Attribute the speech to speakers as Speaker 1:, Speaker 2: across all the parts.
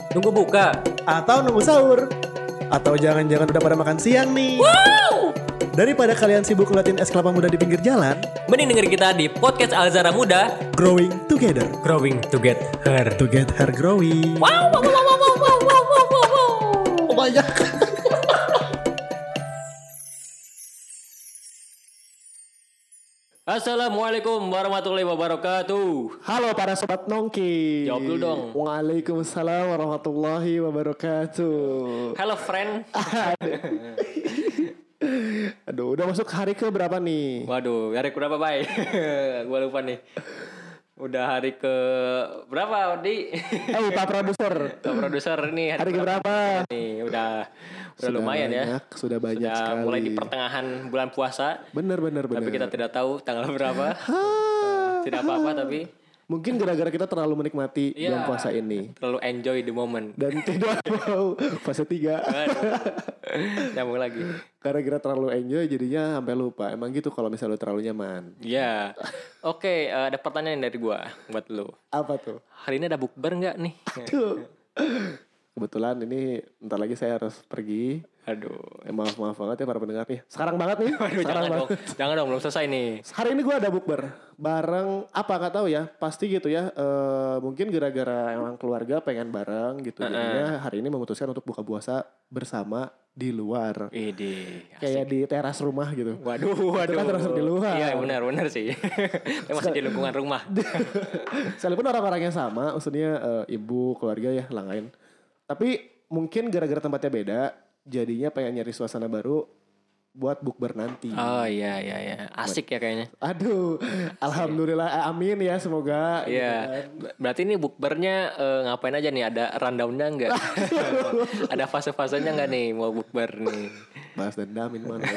Speaker 1: Nunggu buka.
Speaker 2: Atau nunggu sahur. Atau jangan-jangan udah pada makan siang nih.
Speaker 1: Wow!
Speaker 2: Daripada kalian sibuk ngeliatin es kelapa muda di pinggir jalan,
Speaker 1: Mending dengerin kita di podcast Alzara Muda.
Speaker 2: growing together.
Speaker 1: Growing to get her.
Speaker 2: To get her growing.
Speaker 1: Wow, wow, wow, wow, wow, wow, wow, wow, wow.
Speaker 2: Oh, banyak.
Speaker 1: Assalamualaikum warahmatullahi wabarakatuh.
Speaker 2: Halo para sobat nongki.
Speaker 1: Jawab dulu dong.
Speaker 2: Waalaikumsalam warahmatullahi wabarakatuh.
Speaker 1: Hello friend.
Speaker 2: Aduh, udah masuk hari ke berapa nih?
Speaker 1: Waduh, hari berapa bay? Gua lupa nih. Udah hari ke berapa Di?
Speaker 2: Pak produser.
Speaker 1: Pak produser nih
Speaker 2: Hari ke berapa?
Speaker 1: Nih udah lumayan
Speaker 2: banyak,
Speaker 1: ya.
Speaker 2: Sudah banyak sekali.
Speaker 1: Mulai di pertengahan bulan puasa.
Speaker 2: Bener.
Speaker 1: Tapi kita tidak tahu tanggal berapa. Tidak apa-apa tapi
Speaker 2: Mungkin gara-gara kita terlalu menikmati bulan puasa ini
Speaker 1: terlalu enjoy the moment.
Speaker 2: dan tidak mau fase 3.
Speaker 1: Nyambung lagi.
Speaker 2: Karena kita terlalu enjoy jadinya sampai lupa. Emang gitu kalau misalnya lu terlalu nyaman.
Speaker 1: Iya. Oke, ada pertanyaan dari gua buat lu.
Speaker 2: Apa tuh?
Speaker 1: Hari ini ada bukber nggak nih?
Speaker 2: Tuh. Kebetulan ini bentar lagi saya harus pergi.
Speaker 1: Aduh.
Speaker 2: Maaf banget ya para pendengar nih. Sekarang banget nih.
Speaker 1: Aduh, jangan dong, belum selesai nih.
Speaker 2: Hari ini gue ada bukber bareng apa nggak tahu ya, pasti gitu ya. Mungkin gara-gara emang keluarga pengen bareng gitu. Jadinya hari ini memutuskan untuk buka puasa bersama di luar. Kayak di teras rumah gitu.
Speaker 1: Waduh.
Speaker 2: Itu kan teras di luar.
Speaker 1: Iya benar sih. Tapi masih di lingkungan rumah.
Speaker 2: Sekalipun orang-orangnya sama, maksudnya ibu, keluarga ya, lain. Tapi mungkin gara-gara tempatnya beda, jadinya pengen nyari suasana baru buat bukber nanti.
Speaker 1: Oh iya. Asik ya kayaknya.
Speaker 2: Aduh, alhamdulillah, amin ya semoga.
Speaker 1: Iya. Berarti ini bukbernya ngapain aja nih? Ada rundown-nya enggak? Ada fase-fasenya enggak nih mau bukber nih?
Speaker 2: Bahas dendamin mana.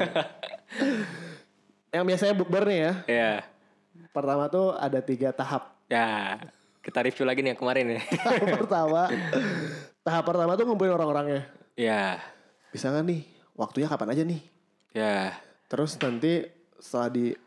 Speaker 2: Yang biasanya bukber nih ya.
Speaker 1: Iya.
Speaker 2: Pertama tuh ada 3 tahap.
Speaker 1: Ya, kita review lagi nih yang kemarin nih.
Speaker 2: Tahap pertama tuh ngumpulin orang-orangnya.
Speaker 1: Ya.
Speaker 2: Bisa gak nih? Waktunya kapan aja nih?
Speaker 1: Ya.
Speaker 2: Terus nanti setelah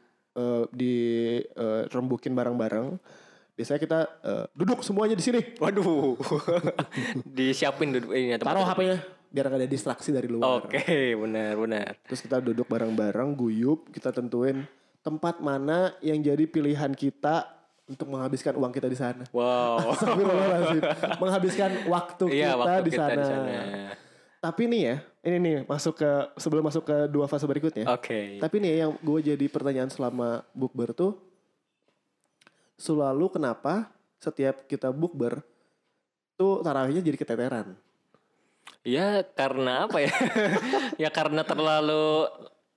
Speaker 2: rembukin bareng-bareng, biasanya kita duduk semuanya di sini.
Speaker 1: Waduh. Disiapin duduk ini tempat.
Speaker 2: Taruh HP-nya biar gak ada distraksi dari luar.
Speaker 1: Oke, benar.
Speaker 2: Terus kita duduk bareng-bareng, guyup, kita tentuin tempat mana yang jadi pilihan kita untuk menghabiskan uang kita di sana.
Speaker 1: Wow.
Speaker 2: Astagfirullahaladzim. Menghabiskan waktu kita di sana. Tapi nih ya, ini nih sebelum masuk ke 2 fase berikutnya.
Speaker 1: Oke.
Speaker 2: Tapi nih yang gue jadi pertanyaan selama bukber tuh, selalu kenapa setiap kita bukber tuh tarawihnya jadi keteteran?
Speaker 1: Ya karena apa ya? Ya karena terlalu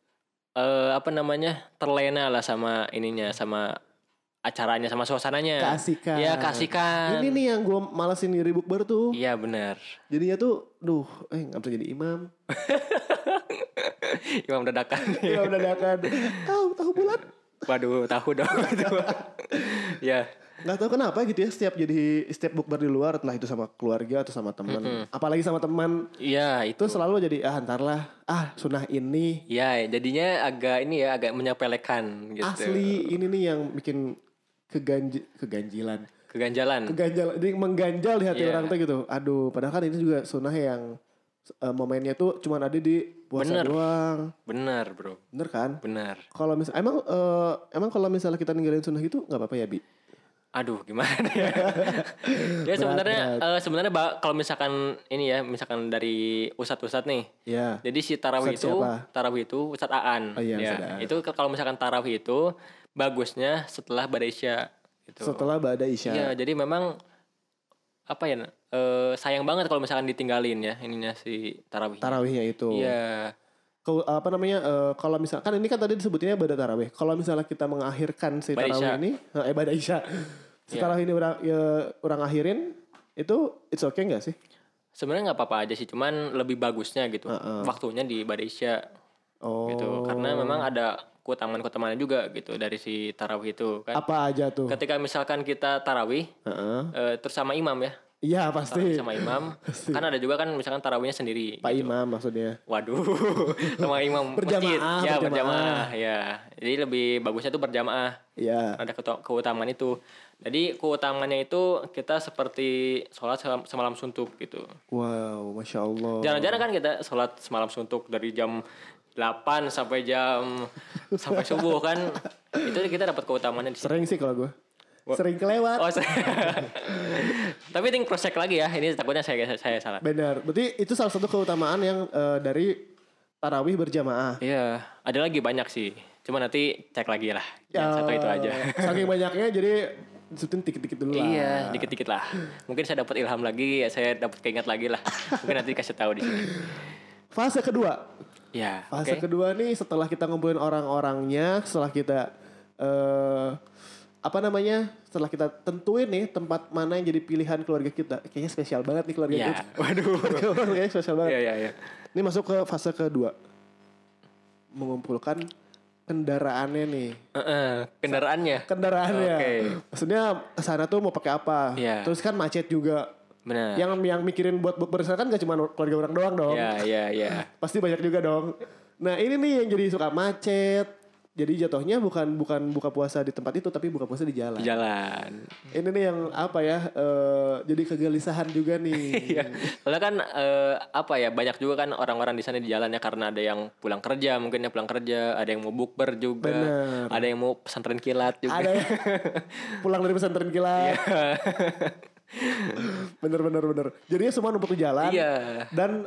Speaker 1: terlena lah sama ininya, sama acaranya, sama suasananya.
Speaker 2: Keasikan.
Speaker 1: Ya keasikan.
Speaker 2: Ini nih yang gue malesin diri bukber tuh.
Speaker 1: Iya benar.
Speaker 2: Jadinya tuh, gak bisa jadi imam.
Speaker 1: Imam dadakan.
Speaker 2: Imam dadakan. Tahu bulat.
Speaker 1: Waduh, tahu dong. Ya.
Speaker 2: Gak tahu kenapa gitu ya, setiap bukber di luar, entah itu sama keluarga atau sama teman. Apalagi sama teman. Iya, itu selalu jadi entarlah sunnah ini.
Speaker 1: Iya, jadinya agak menyepelekan gitu.
Speaker 2: Asli ini nih yang bikin keganjalan. Jadi mengganjal di hati orang tuh gitu. Aduh, padahal kan ini juga sunnah yang momennya tuh cuma ada di puasa doang.
Speaker 1: Bener bro.
Speaker 2: Bener kan?
Speaker 1: Bener.
Speaker 2: Kalau emang kalau misalnya kita ninggalin sunnah gitu nggak apa-apa ya Bi?
Speaker 1: Aduh gimana ya? Ya sebenarnya kalau misalkan ini ya, misalkan dari ustadz nih.
Speaker 2: Iya.
Speaker 1: Jadi si tarawih itu Ustadz Aan.
Speaker 2: Oh iya,
Speaker 1: ya. Itu kalau misalkan tarawih itu bagusnya setelah Ba'da Isya gitu.
Speaker 2: Setelah Ba'da Isya.
Speaker 1: Iya, jadi memang sayang banget kalau misalkan ditinggalin ya ininya si tarawih.
Speaker 2: Tarawihnya itu.
Speaker 1: Iya.
Speaker 2: Kalau misalkan ini kan tadi disebutinnya Ba'da tarawih. Kalau misalnya kita mengakhirkan si tarawih ini, Ba'da Isya. Si tarawih ini orang akhirin, itu it's okay nggak sih?
Speaker 1: Sebenarnya nggak apa-apa aja sih, cuman lebih bagusnya gitu waktunya di Ba'da Isya. Gitu. Karena memang ada keutamaan-keutamaannya juga gitu dari si tarawih itu kan.
Speaker 2: Apa aja tuh?
Speaker 1: Ketika misalkan kita tarawih terus sama imam ya.
Speaker 2: Iya pasti.
Speaker 1: Sama imam.
Speaker 2: Pasti.
Speaker 1: Kan ada juga kan misalkan tarawihnya sendiri.
Speaker 2: Pak
Speaker 1: gitu.
Speaker 2: Imam maksudnya.
Speaker 1: Waduh, sama imam masjid.
Speaker 2: Berjamaah,
Speaker 1: Ya
Speaker 2: berjamaah.
Speaker 1: ya. Jadi lebih bagusnya tuh berjamaah.
Speaker 2: Iya.
Speaker 1: Ada keutamaan itu. Jadi keutamaannya itu kita seperti sholat semalam suntuk gitu.
Speaker 2: Wow, Masya Allah.
Speaker 1: Jarang-jarang kan kita sholat semalam suntuk dari jam 8 sampai sampai subuh kan. Itu kita dapat keutamaannya di situ.
Speaker 2: Sering sih kalau gue. Sering kelewat.
Speaker 1: Oh, tapi ini cross check lagi ya. Ini takutnya saya salah.
Speaker 2: Benar. Berarti itu salah satu keutamaan yang dari tarawih berjamaah.
Speaker 1: Iya, ada lagi banyak sih. Cuma nanti cek lagi lah. Yang satu itu aja.
Speaker 2: Saking banyaknya jadi disutin dikit-dikit dulu lah.
Speaker 1: Iya, dikit-dikit lah. Mungkin saya dapat ilham lagi, saya dapat keinget lagi lah. Mungkin nanti kasih tahu di sini.
Speaker 2: Fase kedua.
Speaker 1: Ya,
Speaker 2: Fase kedua nih setelah kita ngumpulin orang-orangnya, setelah kita setelah kita tentuin nih tempat mana yang jadi pilihan keluarga kita. Kayaknya spesial banget nih keluarga kita.
Speaker 1: Waduh.
Speaker 2: Kayaknya spesial banget.
Speaker 1: Iya.
Speaker 2: Ini masuk ke fase kedua. Mengumpulkan kendaraannya nih.
Speaker 1: Kendaraannya. Okay.
Speaker 2: Maksudnya kesana tuh mau pakai apa. Terus kan macet juga.
Speaker 1: Benar.
Speaker 2: Yang mikirin buat bersama kan gak cuma keluarga orang doang dong.
Speaker 1: Iya.
Speaker 2: Pasti banyak juga dong. Nah ini nih yang jadi suka macet. Jadi jatuhnya bukan buka puasa di tempat itu, tapi buka puasa di jalan. Ini nih yang jadi kegelisahan juga nih.
Speaker 1: Soalnya kan banyak juga kan orang-orang di sana di jalannya karena ada yang pulang kerja, ada yang mau bukber juga.
Speaker 2: Bener.
Speaker 1: Ada yang mau pesantren kilat juga.
Speaker 2: Ada yang pulang dari pesantren kilat. Bener. Jadinya semua numpuk di jalan.
Speaker 1: Iya.
Speaker 2: Dan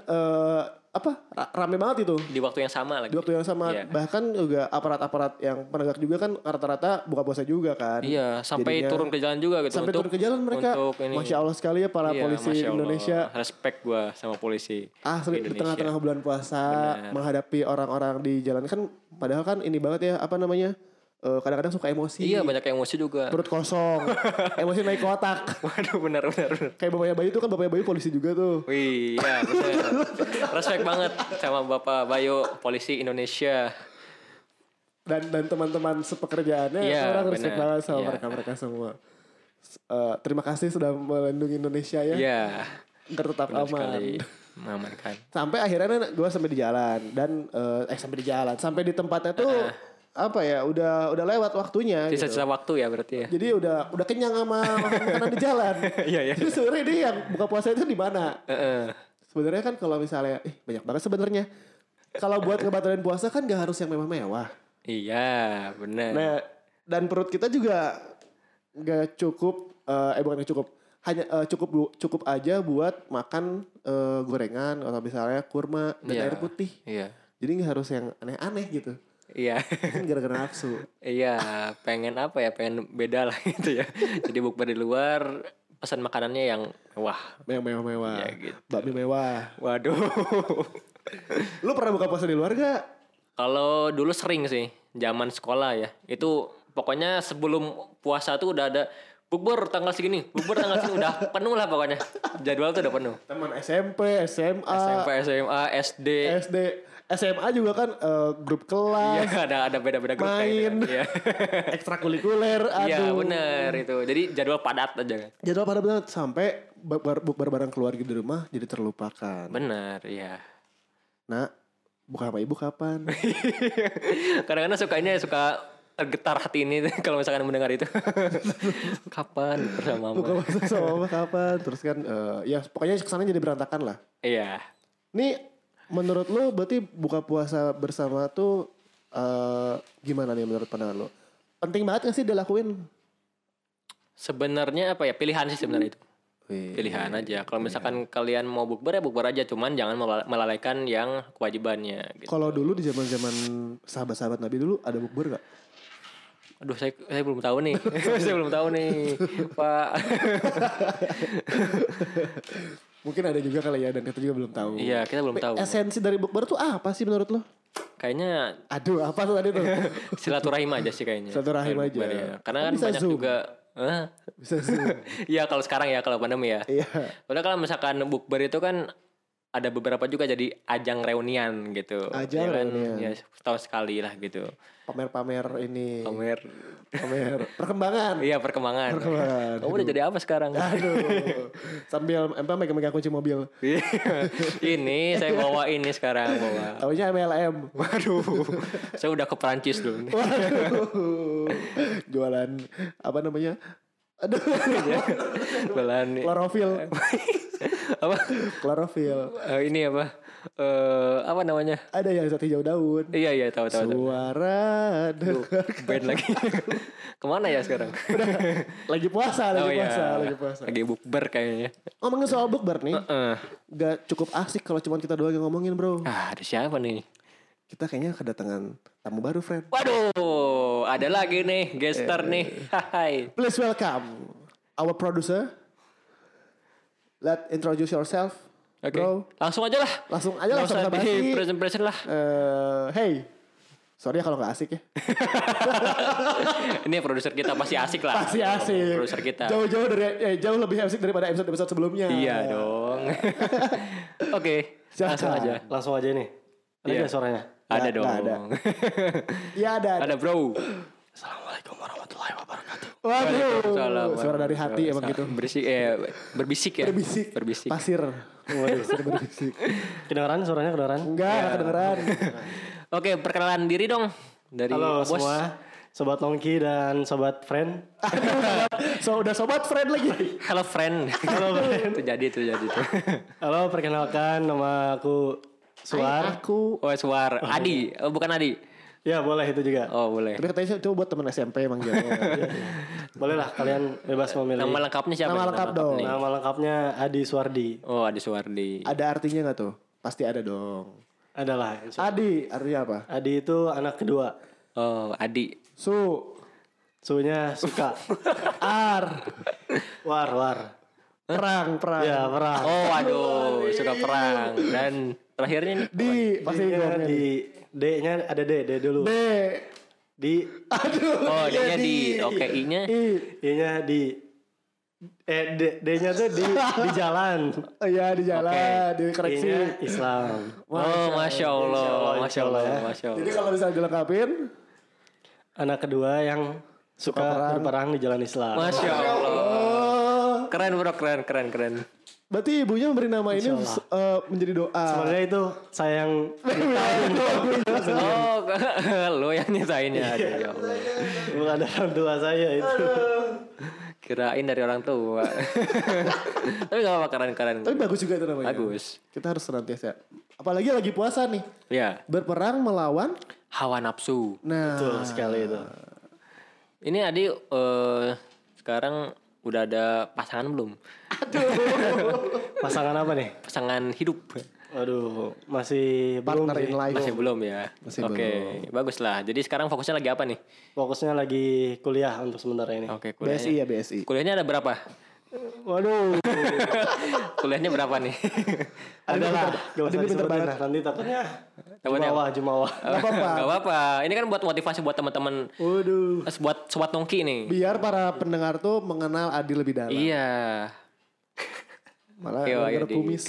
Speaker 2: rame banget itu.
Speaker 1: Di waktu yang sama lagi.
Speaker 2: Bahkan juga aparat-aparat yang penegak juga kan rata-rata buka puasa juga kan.
Speaker 1: Iya, sampai turun ke jalan juga gitu.
Speaker 2: Sampai turun ke jalan mereka. Masya Allah sekali ya para polisi Indonesia.
Speaker 1: Respect gue sama polisi.
Speaker 2: Di tengah-tengah bulan puasa. Bener. Menghadapi orang-orang di jalan kan. Padahal kan ini banget ya kadang-kadang suka emosi.
Speaker 1: Iya, banyak emosi juga.
Speaker 2: Perut kosong. Emosi naik ke otak.
Speaker 1: Waduh, benar.
Speaker 2: Kayak Bapaknya Bayu tuh kan, Bapaknya Bayu polisi juga tuh.
Speaker 1: Wih, iya benar. Respect banget sama Bapak Bayu, polisi Indonesia.
Speaker 2: Dan teman-teman sepekerjaannya, orang respect banget sama mereka semua. Terima kasih sudah melindungi Indonesia ya.
Speaker 1: Iya.
Speaker 2: Agar tetap aman.
Speaker 1: Mengamankan.
Speaker 2: Sampai akhirnya gue sampai di jalan. Sampai di tempatnya tuh... udah lewat waktunya.
Speaker 1: Sisa-sisa waktu ya berarti ya.
Speaker 2: Jadi udah kenyang sama makanan di jalan.
Speaker 1: Iya.
Speaker 2: Jadi sebenarnya ini yang buka puasa itu di mana? Sebenarnya kan kalau misalnya banyak banget sebenarnya. Kalau buat ngebatalin puasa kan gak harus yang mewah-mewah.
Speaker 1: Iya, benar.
Speaker 2: Nah, dan perut kita juga gak cukup bukan gak cukup. Hanya cukup aja buat makan gorengan atau misalnya kurma dan air putih.
Speaker 1: Iya.
Speaker 2: Jadi gak harus yang aneh-aneh gitu.
Speaker 1: Iya.
Speaker 2: Kan gara-gara nafsu.
Speaker 1: Iya, pengen pengen beda lah gitu ya. Jadi bukber di luar, pesan makanannya yang mewah.
Speaker 2: Yang mewah-mewah.
Speaker 1: Ya gitu.
Speaker 2: Bakmi mewah.
Speaker 1: Waduh.
Speaker 2: Lu pernah buka puasa di luar gak?
Speaker 1: Kalau dulu sering sih, zaman sekolah ya. Itu pokoknya sebelum puasa tuh udah ada bukber tanggal segini udah penuh lah pokoknya. Jadwal tuh udah penuh.
Speaker 2: Teman SMP, SMA,
Speaker 1: SD.
Speaker 2: SMA juga kan grup kelas.
Speaker 1: Iya, ada beda-beda grup
Speaker 2: main.
Speaker 1: Iya.
Speaker 2: Ekstrakurikuler.
Speaker 1: Iya, benar itu. Jadi jadwal padat aja kan.
Speaker 2: Jadwal padat banget sampai bukber bareng keluarga di rumah jadi terlupakan.
Speaker 1: Benar, iya.
Speaker 2: Nah, buka sama ibu kapan?
Speaker 1: Kadang-kadang suka tergetar hati ini kalau misalkan mendengar itu. Kapan bersama mama?
Speaker 2: Buka puasa sama mama kapan? Terus kan ya pokoknya kesannya jadi berantakan lah.
Speaker 1: Iya.
Speaker 2: Nih menurut lo berarti buka puasa bersama tuh gimana nih menurut pandangan lo? Penting banget gak sih dilakuin?
Speaker 1: Sebenarnya pilihan sih sebenarnya itu. Pilihan aja. Kalau misalkan kalian mau bukber ya bukber aja, cuman jangan melalaikan yang kewajibannya gitu.
Speaker 2: Kalau dulu di zaman-zaman sahabat-sahabat Nabi dulu ada bukber gak?
Speaker 1: Aduh, saya belum tahu nih. Saya belum tahu nih, Pak.
Speaker 2: Mungkin ada juga kali ya, dan kita juga belum tahu.
Speaker 1: Iya, kita belum tahu.
Speaker 2: Esensi dari bukber tuh apa sih menurut lo?
Speaker 1: Kayaknya
Speaker 2: apa tuh tadi tuh?
Speaker 1: Silaturahim aja sih kayaknya.
Speaker 2: Silaturahim aja.
Speaker 1: Ya. Karena kan banyak Zoom juga.
Speaker 2: Bisa Zoom.
Speaker 1: Iya, kalau sekarang ya, kalau pandemi ya.
Speaker 2: Iya.
Speaker 1: Padahal kalau misalkan bukber itu kan ada beberapa juga jadi ajang reunian gitu.
Speaker 2: Ajang
Speaker 1: ya kan?
Speaker 2: reunian.
Speaker 1: Ya setahun sekali lah gitu.
Speaker 2: Pamer-pamer ini.
Speaker 1: Pamer.
Speaker 2: Perkembangan.
Speaker 1: Iya perkembangan. Kamu udah jadi apa sekarang?
Speaker 2: Aduh. Sambil megang-megang kunci mobil.
Speaker 1: Ini saya bawa ini sekarang bawa.
Speaker 2: Taunya MLM.
Speaker 1: Waduh. Saya udah ke Perancis dulu.
Speaker 2: Waduh. Jualan apa namanya? Aduh.
Speaker 1: Jualan
Speaker 2: Klorofil.
Speaker 1: apa?
Speaker 2: Klorofil.
Speaker 1: Ini apa? Apa namanya?
Speaker 2: Ada yang zat hijau daun.
Speaker 1: Iya tahu.
Speaker 2: Suara dengar.
Speaker 1: Band lagi. Kemana ya sekarang?
Speaker 2: Lagi puasa, lagi
Speaker 1: iya.
Speaker 2: puasa, lagi puasa.
Speaker 1: Lagi bukber kayaknya.
Speaker 2: Ngomongin soal bukber nih, gak cukup asik kalau cuma kita doang yang ngomongin bro.
Speaker 1: Ada siapa nih?
Speaker 2: Kita kayaknya kedatangan tamu baru, friend.
Speaker 1: Waduh, ada lagi nih gestar nih. Hai.
Speaker 2: Please welcome our producer. Let introduce yourself,
Speaker 1: Oke.
Speaker 2: bro.
Speaker 1: Langsung aja lah.
Speaker 2: Langsung aja
Speaker 1: Nggak
Speaker 2: langsung
Speaker 1: usah
Speaker 2: basa-basi.
Speaker 1: di present lah.
Speaker 2: Hey, sorry ya kalau nggak asik ya.
Speaker 1: Ini produser kita pasti asik lah.
Speaker 2: Pasti asik.
Speaker 1: Produser kita.
Speaker 2: Jauh-jauh dari, jauh lebih asik daripada episode sebelumnya.
Speaker 1: Iya dong. Oke, langsung aja.
Speaker 3: Langsung aja nih. Ada
Speaker 1: Iya.
Speaker 3: nggak suaranya?
Speaker 1: Ada
Speaker 2: Nggak
Speaker 1: dong.
Speaker 2: ada. Iya ada.
Speaker 1: Ada bro.
Speaker 3: Assalamualaikum warahmatullahi wabarakatuh.
Speaker 2: Waduh,
Speaker 1: Waalaikumsalam.
Speaker 2: suara dari hati emang gitu.
Speaker 1: Berbisik ya. Berbisik.
Speaker 2: Pasir. Pasir berbisik.
Speaker 3: Kedengeran suaranya kedengeran?
Speaker 2: Enggak kedengeran.
Speaker 1: Oke, perkenalan diri dong dari
Speaker 3: Halo
Speaker 1: bos.
Speaker 3: semua, sobat Nongki dan sobat friend.
Speaker 2: So udah sobat friend lagi.
Speaker 1: Hello friend.
Speaker 3: Halo friend.
Speaker 1: Itu jadi tuh.
Speaker 3: Halo, perkenalkan nama aku Suar.
Speaker 2: Aku.
Speaker 1: Oh, Suar. Adi. Oh, bukan Adi.
Speaker 3: Ya boleh itu juga.
Speaker 1: Oh, boleh.
Speaker 2: Tapi katanya itu buat temen SMP emang gitu.
Speaker 3: Boleh lah kalian bebas memilih.
Speaker 1: Nama lengkapnya siapa?
Speaker 2: Nama
Speaker 1: nih?
Speaker 2: lengkap dong.
Speaker 1: nih?
Speaker 3: Nama lengkapnya Adi Suardi.
Speaker 1: Oh, Adi Suwardi.
Speaker 2: Ada artinya nggak tuh? Pasti ada dong.
Speaker 3: Adalah.
Speaker 2: Adi artinya apa?
Speaker 3: Adi itu anak kedua.
Speaker 1: Oh, Adi.
Speaker 2: Su.
Speaker 3: Sunya suka.
Speaker 2: Ar.
Speaker 3: War.
Speaker 2: Perang.
Speaker 3: Ya perang.
Speaker 1: Oh, aduh, suka perang. Dan terakhirnya nih
Speaker 2: Di. Pasti
Speaker 3: D-nya
Speaker 2: gue
Speaker 3: di D-nya ada D dulu.
Speaker 2: D.
Speaker 3: Di
Speaker 1: Oh, D-nya di. Oke, I-nya.
Speaker 3: I-nya di D-nya tuh di jalan.
Speaker 2: Oh iya di jalan, di koreksi.
Speaker 3: I-nya Islam.
Speaker 1: Oh, Masya Allah. Masya Allah.
Speaker 3: ya.
Speaker 1: Masya
Speaker 2: Jadi
Speaker 1: Allah.
Speaker 2: kalau misalnya dilengkapin,
Speaker 3: Anak kedua yang suka berperang di jalan Islam.
Speaker 1: Masya Allah.
Speaker 2: oh,
Speaker 1: Keren bro, keren.
Speaker 2: berarti ibunya memberi nama ini menjadi doa.
Speaker 3: Sebenarnya itu saya yang
Speaker 1: Oh, lo yang nyitainnya. Aduh, ya Allah.
Speaker 3: bukan orang tua saya itu.
Speaker 1: Kirain dari orang tua. Tapi gak apa-apa, keren.
Speaker 2: Tapi bagus juga itu namanya.
Speaker 1: Bagus.
Speaker 2: Kita harus senantiasa. Apalagi lagi puasa nih.
Speaker 1: Ya,
Speaker 2: Berperang melawan.
Speaker 1: hawa nafsu.
Speaker 2: Nah,
Speaker 3: Betul sekali itu.
Speaker 1: Ini Adi sekarang udah ada pasangan belum?
Speaker 3: Pasangan apa nih?
Speaker 1: Pasangan hidup.
Speaker 3: Waduh, masih belum
Speaker 2: partner
Speaker 3: sih.
Speaker 2: in life.
Speaker 1: Masih belum ya?
Speaker 2: Masih
Speaker 1: Oke, bagus lah. Jadi sekarang fokusnya lagi apa nih?
Speaker 3: Fokusnya lagi kuliah untuk sementara ini.
Speaker 1: Oke,
Speaker 2: BSI
Speaker 1: kuliahnya.
Speaker 2: ya BSI.
Speaker 1: Kuliahnya ada berapa?
Speaker 3: Waduh.
Speaker 1: Kuliahnya berapa nih?
Speaker 3: Ada lah. Gak
Speaker 2: Ada
Speaker 3: usah
Speaker 2: ini bentar
Speaker 3: disebutin
Speaker 2: banget.
Speaker 3: lah. Nanti takutnya
Speaker 1: Takutnya
Speaker 3: Jumawah.
Speaker 2: Gak apa-apa.
Speaker 1: Gak apa-apa. Ini kan buat motivasi buat teman-teman,
Speaker 2: Waduh.
Speaker 1: buat sobat nongki nih.
Speaker 2: Biar para pendengar tuh mengenal Adi lebih dalam.
Speaker 1: Iya.
Speaker 2: Malah
Speaker 1: Oke,
Speaker 2: gara-gara
Speaker 1: Adi.
Speaker 2: kumis.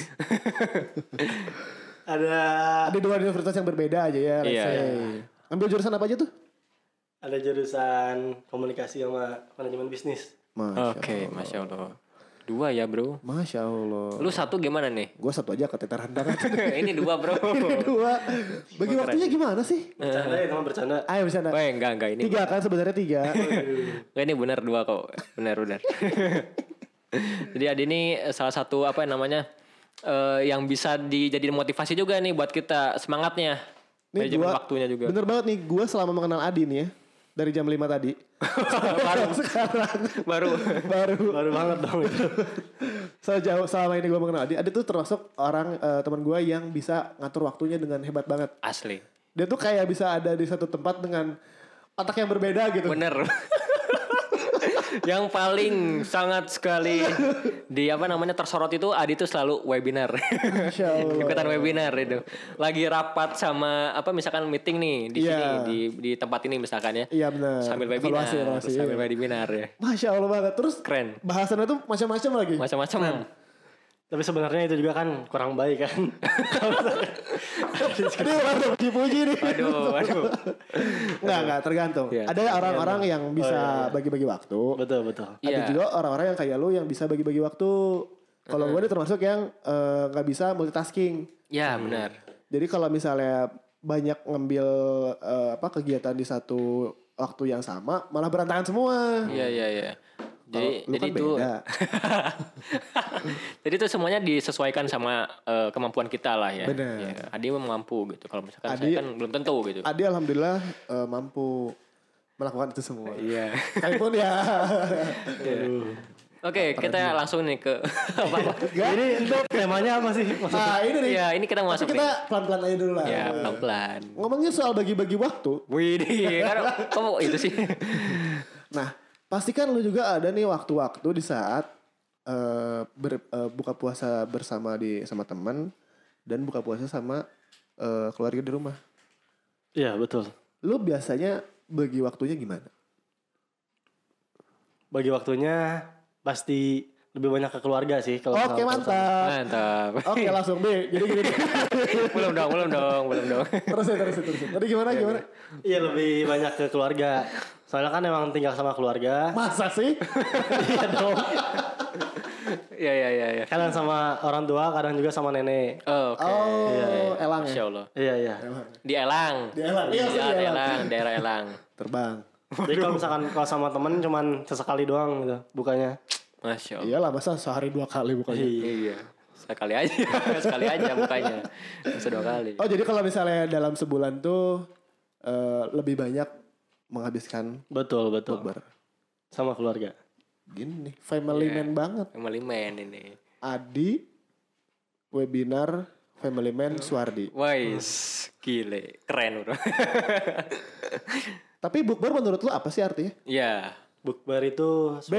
Speaker 3: Ada
Speaker 2: Ada 2 universitas yang berbeda aja ya. let's
Speaker 1: Iya.
Speaker 2: say. Ambil jurusan apa aja tuh?
Speaker 3: ada jurusan komunikasi sama manajemen bisnis.
Speaker 1: Oke, Masya Allah. 2 ya bro.
Speaker 2: Masya Allah.
Speaker 1: Lu 1 gimana nih?
Speaker 2: Gue 1 aja keteter hendak.
Speaker 1: Ini 2 bro.
Speaker 2: Ini 2. Bagi waktunya gimana sih?
Speaker 3: Bercanda ya teman bercanda.
Speaker 2: Ayo bisa.
Speaker 1: Weh, enggak ini.
Speaker 2: 3 kan sebenarnya 3.
Speaker 1: Enggak, ini benar 2 kok. Benar. Jadi Adi ini salah satu apa namanya yang bisa dijadiin motivasi juga nih buat kita semangatnya.
Speaker 2: Nih
Speaker 1: Manajemen
Speaker 2: gua,
Speaker 1: waktunya juga.
Speaker 2: bener banget nih, gue selama mengenal Adi nih ya, dari jam 5 tadi.
Speaker 1: baru
Speaker 3: Baru banget dong itu.
Speaker 2: Sejauh selama ini gue mengenal Adi tuh termasuk orang teman gue yang bisa ngatur waktunya dengan hebat banget.
Speaker 1: asli.
Speaker 2: Dia tuh kayak bisa ada di satu tempat dengan otak yang berbeda gitu.
Speaker 1: Bener. Yang paling sangat sekali di apa namanya tersorot itu Adi tuh selalu webinar.
Speaker 2: Masya Allah.
Speaker 1: Ikutan webinar itu. Lagi rapat sama apa misalkan meeting nih di
Speaker 2: Iya.
Speaker 1: sini di tempat ini misalkan ya.
Speaker 2: Iya benar.
Speaker 1: Sambil webinar,
Speaker 2: Evaluasi.
Speaker 1: sambil webinar ya.
Speaker 2: Masya Allah banget. Terus
Speaker 1: Keren.
Speaker 2: bahasannya tuh macam-macam lagi.
Speaker 1: Macam-macam.
Speaker 3: Tapi sebenarnya itu juga kan kurang baik kan.
Speaker 2: Ini orang dipuji nih.
Speaker 1: Waduh.
Speaker 2: Enggak tergantung.
Speaker 3: Iya.
Speaker 2: Ada orang-orang yang bisa bagi-bagi waktu.
Speaker 3: Betul.
Speaker 2: Ada
Speaker 1: Iya.
Speaker 2: juga orang-orang yang kayak lu yang bisa bagi-bagi waktu. Kalau gue ini termasuk yang nggak bisa multitasking.
Speaker 1: Ya benar.
Speaker 2: Jadi kalau misalnya banyak ngambil kegiatan di satu waktu yang sama, malah berantakan semua.
Speaker 1: Iya. Jadi
Speaker 2: Lu kan
Speaker 1: itu
Speaker 2: beda.
Speaker 1: jadi itu semuanya disesuaikan sama kemampuan kita lah ya.
Speaker 2: Benar.
Speaker 1: Ya, Adi mampu gitu. Kalau misalkan
Speaker 2: Adi-
Speaker 1: saya kan belum tentu gitu.
Speaker 2: Adi alhamdulillah mampu melakukan itu semua.
Speaker 1: Iya.
Speaker 2: Sekalipun ya.
Speaker 1: Oke, kita langsung nih ke apa?
Speaker 3: Ini untuk temanya apa sih?
Speaker 2: Nah ini nih.
Speaker 1: Ya, ini kita
Speaker 2: Tapi
Speaker 1: masuk
Speaker 2: kita
Speaker 1: nih.
Speaker 2: pelan-pelan aja dulu lah.
Speaker 1: Ya, pelan-pelan.
Speaker 2: Ngomongnya soal bagi-bagi waktu.
Speaker 1: Widih, kan kamu itu sih.
Speaker 2: Nah, pastikan lu juga ada nih waktu-waktu di saat buka puasa bersama sama teman dan buka puasa sama keluarga di rumah.
Speaker 3: Iya betul.
Speaker 2: Lu biasanya bagi waktunya gimana?
Speaker 3: Bagi waktunya pasti lebih banyak ke keluarga sih kalau
Speaker 2: Oke,
Speaker 3: sama-
Speaker 2: mantap.
Speaker 1: Mantap.
Speaker 2: Oke, langsung B. Jadi gini.
Speaker 1: belum dong.
Speaker 2: Terus. Tadi gimana?
Speaker 3: Iya lebih banyak ke keluarga. Soalnya kan emang tinggal sama keluarga.
Speaker 2: Masa sih?
Speaker 3: Iya dong.
Speaker 1: Iya.
Speaker 3: Kadang sama orang tua, kadang juga sama nenek.
Speaker 1: Oh, oke.
Speaker 2: Oh, elang
Speaker 1: Masya
Speaker 2: ya.
Speaker 1: Allah.
Speaker 3: Iya.
Speaker 1: Di Elang.
Speaker 2: Di Elang. Iya,
Speaker 1: Di
Speaker 2: di
Speaker 1: Elang, daerah Elang.
Speaker 2: Terbang.
Speaker 3: Jadi kalau misalkan kalau sama temen cuman sesekali doang gitu bukanya.
Speaker 1: Masya Allah.
Speaker 2: Iyalah, masa sehari 2 kali bukannya.
Speaker 1: Iya. Sekali aja mukanya. Bisa 2 kali.
Speaker 2: Oh, jadi kalau misalnya dalam sebulan tuh lebih banyak menghabiskan
Speaker 3: Betul.
Speaker 2: bukber.
Speaker 3: Sama keluarga.
Speaker 2: Gini nih, family
Speaker 1: Iya.
Speaker 2: man banget.
Speaker 1: Family man ini.
Speaker 2: Adi, webinar, family man, Suardi.
Speaker 1: Wais, gile. Keren bro.
Speaker 2: Tapi bukber menurut lu apa sih artinya?
Speaker 1: Iya.
Speaker 3: Bukber itu
Speaker 2: B.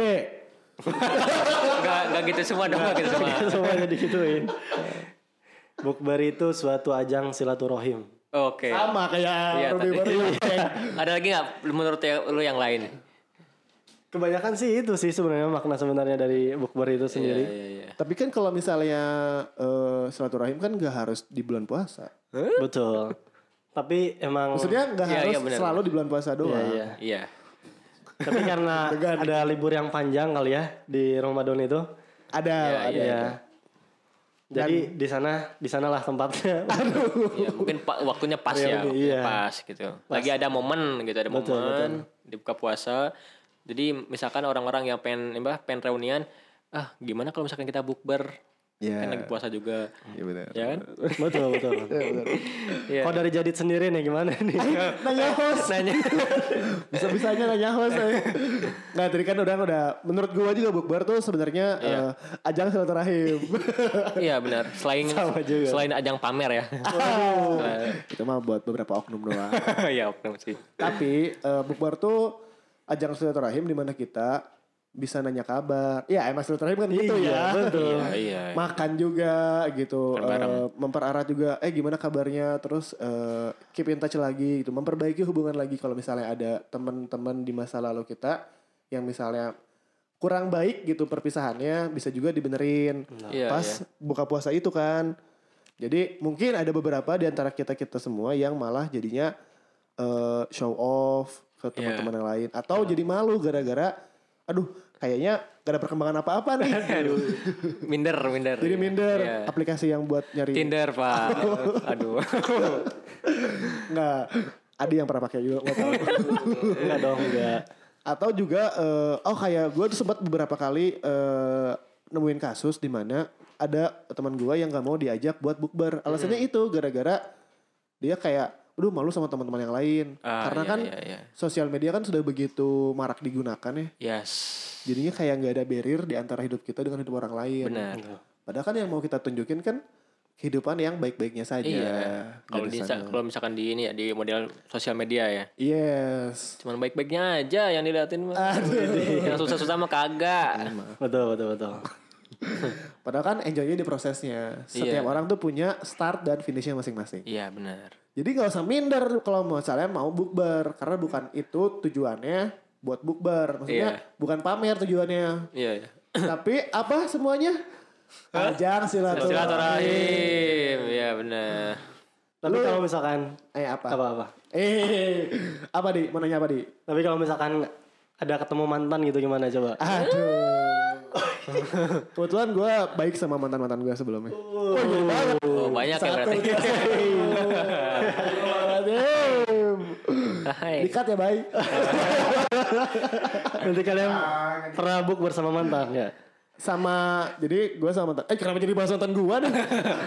Speaker 1: Gak gitu semua dong, gak gitu semua.
Speaker 3: semuanya digituin. Bukber itu suatu ajang silaturahim.
Speaker 1: Oke.
Speaker 2: Sama kayak
Speaker 1: Iya,
Speaker 2: Ruby
Speaker 1: tadi.
Speaker 2: baru.
Speaker 1: Ada lagi gak menurut lu yang lain?
Speaker 3: Kebanyakan sih itu sih sebenarnya makna sebenarnya dari bukber itu sendiri.
Speaker 1: Iya.
Speaker 2: Tapi kan kalau misalnya silaturahim kan gak harus di bulan puasa.
Speaker 3: Betul. Tapi emang
Speaker 2: Maksudnya gak
Speaker 1: Iya,
Speaker 2: harus
Speaker 1: iya, benar,
Speaker 2: selalu di bulan puasa doang.
Speaker 3: Iya.
Speaker 1: Iya.
Speaker 3: Tapi karena ada libur yang panjang kali ya di Ramadan itu.
Speaker 2: Ada.
Speaker 1: Iya,
Speaker 3: Iya. Jadi di sanalah tempatnya.
Speaker 1: Iya, mungkin waktunya pas ya,
Speaker 3: Iya.
Speaker 1: pas gitu. Lagi ada momen gitu, ada
Speaker 3: Betul,
Speaker 1: momen di buka puasa. Jadi misalkan orang-orang yang pengen reunian, gimana kalau misalkan kita bukber?
Speaker 2: Iya.
Speaker 1: Kan lagi puasa juga.
Speaker 2: Iya benar.
Speaker 1: Ya kan?
Speaker 3: Betul.
Speaker 1: Iya.
Speaker 3: Kalau dari Jadid sendiri nih gimana nih?
Speaker 2: Nanya host.
Speaker 1: Nanya.
Speaker 2: Bisa-bisanya nanya host. Nggak, tadi kan udah menurut gua juga bukber tuh sebenarnya ajang silaturahim.
Speaker 1: Iya benar.
Speaker 3: Sama juga.
Speaker 1: Selain ajang pamer ya.
Speaker 2: Itu mah buat beberapa oknum doang.
Speaker 1: Iya, oknum sih.
Speaker 2: Tapi bukber tuh ajang silaturahim di mana kita bisa nanya kabar. Ya emang silaturahim kan gitu ya.
Speaker 3: Betul.
Speaker 1: Iya.
Speaker 2: Makan juga gitu.
Speaker 1: Bareng-bareng.
Speaker 2: Mempererat juga. Gimana kabarnya. Terus keep in touch lagi gitu. Memperbaiki hubungan lagi. Kalau misalnya ada teman-teman di masa lalu kita yang misalnya kurang baik gitu perpisahannya, bisa juga dibenerin.
Speaker 1: Iya,
Speaker 2: Pas buka puasa itu kan. Jadi mungkin ada beberapa di antara kita semua yang malah jadinya show off ke teman-teman yang lain. Atau jadi malu gara-gara aduh kayaknya gak ada perkembangan apa-apa nih.
Speaker 1: Minder.
Speaker 2: Jadi minder.
Speaker 1: Iya.
Speaker 2: Aplikasi yang buat nyari.
Speaker 1: Tinder, Pak. Aduh.
Speaker 2: Nggak. Adi yang pernah pakai juga. Nggak tahu.
Speaker 3: Enggak dong, enggak.
Speaker 2: Atau juga kayak gue tuh sempat beberapa kali nemuin kasus di mana ada teman gue yang gak mau diajak buat bukber. Alasannya itu gara-gara dia kayak aduh malu sama teman-teman yang lain. Karena
Speaker 1: iya,
Speaker 2: kan
Speaker 1: iya.
Speaker 2: sosial media kan sudah begitu marak digunakan ya.
Speaker 1: Yes.
Speaker 2: Jadinya kayak gak ada barrier di antara hidup kita dengan hidup orang lain.
Speaker 1: Benar.
Speaker 2: Padahal kan yang mau kita tunjukin kan kehidupan yang baik-baiknya saja.
Speaker 1: Iya. Kalau misalkan di ini ya, di model sosial media ya.
Speaker 2: Yes.
Speaker 1: Cuman baik-baiknya aja yang diliatin mah. Yang susah-susah mah kagak.
Speaker 3: Betul.
Speaker 2: Padahal kan enjoynya di prosesnya. Setiap orang tuh punya start dan finishnya masing-masing.
Speaker 1: Iya benar.
Speaker 2: Jadi gak usah minder kalau misalnya mau bukber. Karena bukan itu tujuannya buat bukber. Maksudnya bukan pamer tujuannya.
Speaker 1: Iya.
Speaker 2: Tapi apa semuanya? Ajang
Speaker 1: Silaturahim. Ya benar.
Speaker 3: Tapi kalau misalkan
Speaker 2: apa?
Speaker 3: apa?
Speaker 2: Apa Di? Mau nanya apa Di?
Speaker 3: Tapi kalau misalkan ada ketemu mantan gitu gimana coba?
Speaker 2: Aduh. Kebetulan gue baik sama mantan-mantan gue sebelumnya.
Speaker 1: Oh, banyak ya berarti. Hai.
Speaker 2: Dikat ya Bay.
Speaker 3: Nanti kalian pernah bukber bersama mantan ya?
Speaker 2: Sama, jadi gue sama mantan. Kenapa jadi bahas mantan gue nih?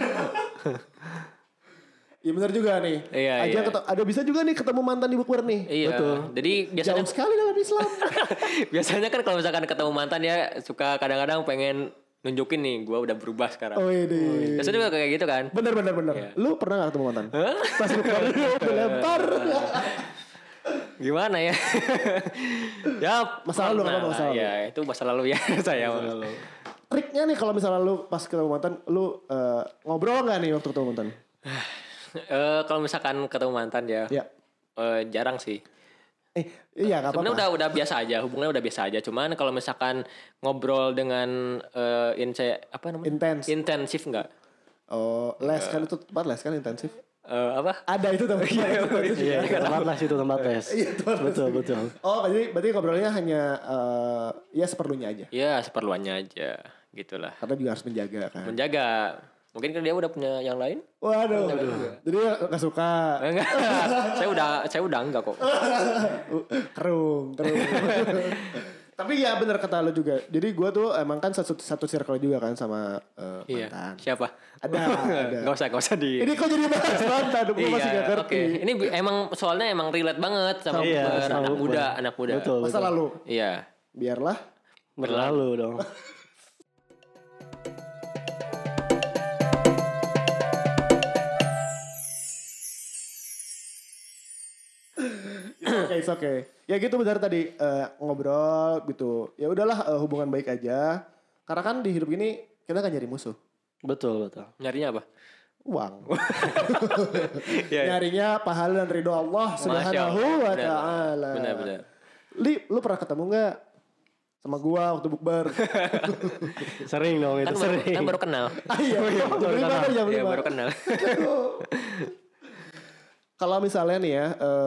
Speaker 2: Iya benar juga nih.
Speaker 1: Iya, iya.
Speaker 2: Ada bisa juga nih ketemu mantan di bukber nih.
Speaker 1: Iya.
Speaker 3: Betul.
Speaker 1: Jadi biasanya
Speaker 2: Jauh sekali dalam Islam.
Speaker 1: biasanya kan kalau misalkan ketemu mantan ya suka kadang-kadang pengen nunjukin nih gue udah berubah sekarang.
Speaker 2: Oh ini.
Speaker 1: Biasanya juga kayak gitu kan.
Speaker 2: Bener.
Speaker 1: Iya.
Speaker 2: Lu pernah gak ketemu mantan? Pas bukber lu dilempar.
Speaker 1: Gimana ya? Ya
Speaker 2: Masa lalu, apa masa lalu?
Speaker 1: Ya itu masa lalu ya saya.
Speaker 2: Triknya nih kalau misalnya lu pas ketemu mantan, lu ngobrol gak nih waktu ketemu mantan?
Speaker 1: Kalau misalkan ketemu mantan ya,
Speaker 2: Ya.
Speaker 1: jarang sih.
Speaker 2: Iya gak apa-apa.
Speaker 1: Sebenarnya udah biasa aja, hubungannya udah biasa aja. Cuman kalau misalkan ngobrol dengan intensif nggak?
Speaker 2: Oh, les kan itu tempat les kan intensif.
Speaker 1: Apa?
Speaker 2: Ada itu tempat.
Speaker 3: Iya, tempat les itu tempat les.
Speaker 2: Iya,
Speaker 3: Betul.
Speaker 2: Oh, berarti ngobrolnya hanya ya seperlunya aja.
Speaker 1: Ya seperluannya aja, gitulah.
Speaker 2: Karena juga harus menjaga kan.
Speaker 1: Menjaga. Mungkin kan dia udah punya yang lain?
Speaker 2: Waduh. Jadi gak suka.
Speaker 1: Enggak. saya udah enggak kok.
Speaker 2: Kerung. Tapi ya benar kata lo juga. Jadi gue tuh emang kan satu circle juga kan sama mantan.
Speaker 1: Siapa?
Speaker 2: Ada.
Speaker 1: Gak usah di.
Speaker 2: Ini kok jadi bahas mantan? Gue masih gak ngerti.
Speaker 1: Oke. Ini soalnya emang relate banget sama anak muda.
Speaker 3: Betul.
Speaker 2: Masa lalu.
Speaker 1: Iya.
Speaker 2: Biarlah
Speaker 3: Berlalu dong.
Speaker 2: It's okay. Ya gitu benar tadi ngobrol gitu. Ya udahlah hubungan baik aja. Karena kan di hidup ini kita kan nyari musuh.
Speaker 3: Betul.
Speaker 1: Nyarinya apa?
Speaker 2: Uang.
Speaker 1: Ya.
Speaker 2: Nyarinya pahala dan ridho Allah Subhanahu wa taala.
Speaker 1: Benar.
Speaker 2: Lu pernah ketemu enggak sama gua waktu bukber?
Speaker 3: Sering dong itu sering.
Speaker 1: Kan baru kenal.
Speaker 2: Iya.
Speaker 1: Iya baru kenal.
Speaker 2: Kalau misalnya nih ya,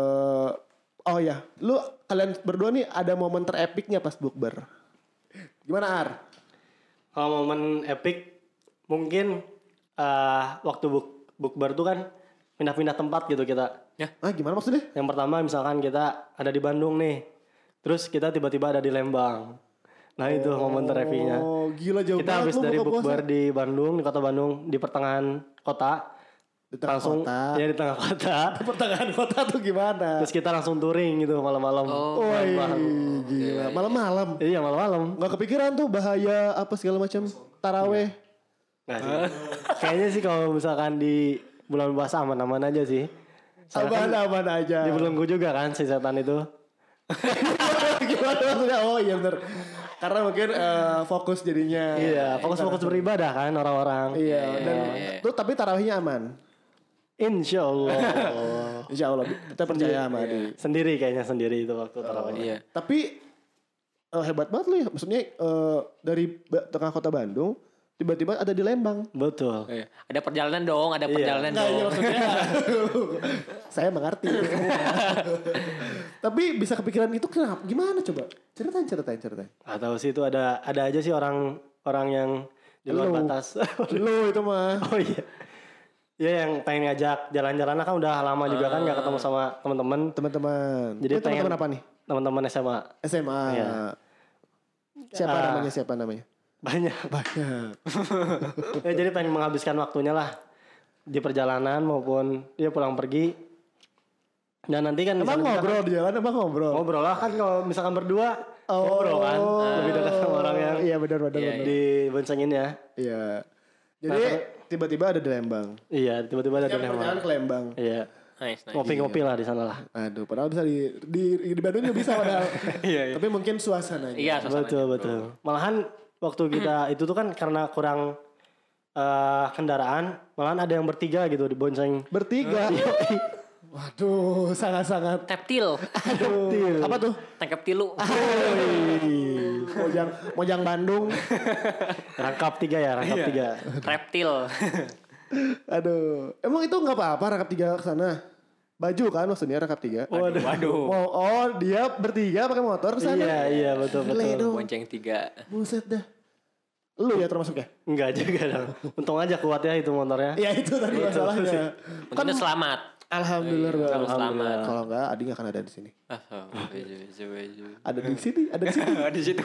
Speaker 2: kalian berdua nih ada momen terepiknya pas bukber. Gimana Ar?
Speaker 3: Kalau momen epic mungkin waktu bukber tuh kan pindah-pindah tempat gitu kita.
Speaker 1: Ya.
Speaker 2: Gimana maksudnya?
Speaker 3: Yang pertama misalkan kita ada di Bandung nih, terus kita tiba-tiba ada di Lembang. Nah itu momen terepiknya.
Speaker 2: Oh gila jauh
Speaker 3: Kita
Speaker 2: banget
Speaker 3: habis
Speaker 2: lu
Speaker 3: dari
Speaker 2: buka
Speaker 3: bukber
Speaker 2: puasa.
Speaker 3: di Bandung, di kota Bandung, di pertengahan kota.
Speaker 2: Di tengah kota.
Speaker 3: Ya di tengah kota.
Speaker 2: Pertengahan kota tuh gimana?
Speaker 3: Terus kita langsung touring gitu malam-malam.
Speaker 2: Gila. Malam-malam.
Speaker 3: Iya malam-malam.
Speaker 2: Gak kepikiran tuh bahaya apa segala macam taraweh.
Speaker 3: Nggak sih. Kayaknya sih kalau misalkan di bulan puasa aman-aman aja sih.
Speaker 2: Aman aja.
Speaker 3: Dibelenggu juga kan si setan itu.
Speaker 2: Gimana maksudnya? Oh iya bener. Karena mungkin fokus jadinya.
Speaker 3: Iya, fokus beribadah kan orang-orang.
Speaker 2: Iya. Dan tuh tapi tarawihnya aman.
Speaker 3: Insya Allah.
Speaker 2: Insya Allah kita percaya sama Adi.
Speaker 3: Sendiri kayaknya sendiri itu waktu tarawih.
Speaker 1: Iya.
Speaker 2: Tapi hebat banget lu ya. Maksudnya dari tengah kota Bandung tiba-tiba ada di Lembang.
Speaker 3: Betul.
Speaker 1: Iya. Ada perjalanan dong, ada perjalanan
Speaker 2: Nah, iya
Speaker 1: dong.
Speaker 2: maksudnya. Saya mengerti. Tapi bisa kepikiran itu kenapa? Gimana coba? Ceritain.
Speaker 3: Atau sih itu ada aja sih orang yang di luar batas.
Speaker 2: Lu itu mah.
Speaker 3: Oh iya. Ya yang pengen ngajak jalan-jalan kan udah lama juga kan gak ketemu sama teman-teman.
Speaker 2: Jadi
Speaker 3: Jadi
Speaker 2: teman-teman apa nih?
Speaker 3: Teman-teman SMA.
Speaker 2: SMA.
Speaker 3: Iya.
Speaker 2: Siapa namanya?
Speaker 3: Banyak. Ya jadi pengen menghabiskan waktunya lah di perjalanan maupun dia pulang pergi. Dan nanti kan
Speaker 2: Emang ngobrol di jalan,
Speaker 3: ngobrol lah kan kalau misalkan berdua ngobrol kan lebih dekat sama orang yang
Speaker 2: Iya benar.
Speaker 3: diboncengin ya.
Speaker 2: Iya. Jadi tiba-tiba ada di Lembang.
Speaker 3: Iya, tiba-tiba ada di Lembang.
Speaker 2: Perjalanan ke Lembang.
Speaker 3: Iya.
Speaker 1: Nice.
Speaker 3: Ngopi-ngopi lah di sana lah.
Speaker 2: Aduh, padahal bisa di Bandung juga bisa padahal.
Speaker 1: Iya.
Speaker 2: Tapi mungkin suasananya.
Speaker 1: Iya, suasana.
Speaker 3: Betul. Malahan waktu kita itu tuh kan karena kurang kendaraan, malahan ada yang bertiga gitu di bonceng.
Speaker 2: Bertiga. Waduh, sangat-sangat.
Speaker 1: Reptil.
Speaker 2: Aduh, apa tuh?
Speaker 1: Tangkap tilu.
Speaker 2: Mojang Bandung.
Speaker 3: Rangkap 3 ya, rangkap 3.
Speaker 1: Reptil.
Speaker 2: Aduh, emang itu nggak apa-apa rangkap 3 ke sana? Baju kan maksudnya rangkap 3.
Speaker 1: Waduh.
Speaker 2: Oh, dia bertiga pakai motor ke sana.
Speaker 3: Iya, betul.
Speaker 1: Bonceng 3.
Speaker 2: Buset dah. Lu ya termasuk ya?
Speaker 3: Enggak juga dong. Untung aja kuat ya itu motornya.
Speaker 2: Ya itu tadi masalahnya.
Speaker 1: Untungnya selamat.
Speaker 2: Alhamdulillah.
Speaker 1: Selamat.
Speaker 2: Kalau enggak Adi nggak akan ada di sini.
Speaker 1: Baju.
Speaker 2: Ada di sini, ada di sini.
Speaker 1: Di situ.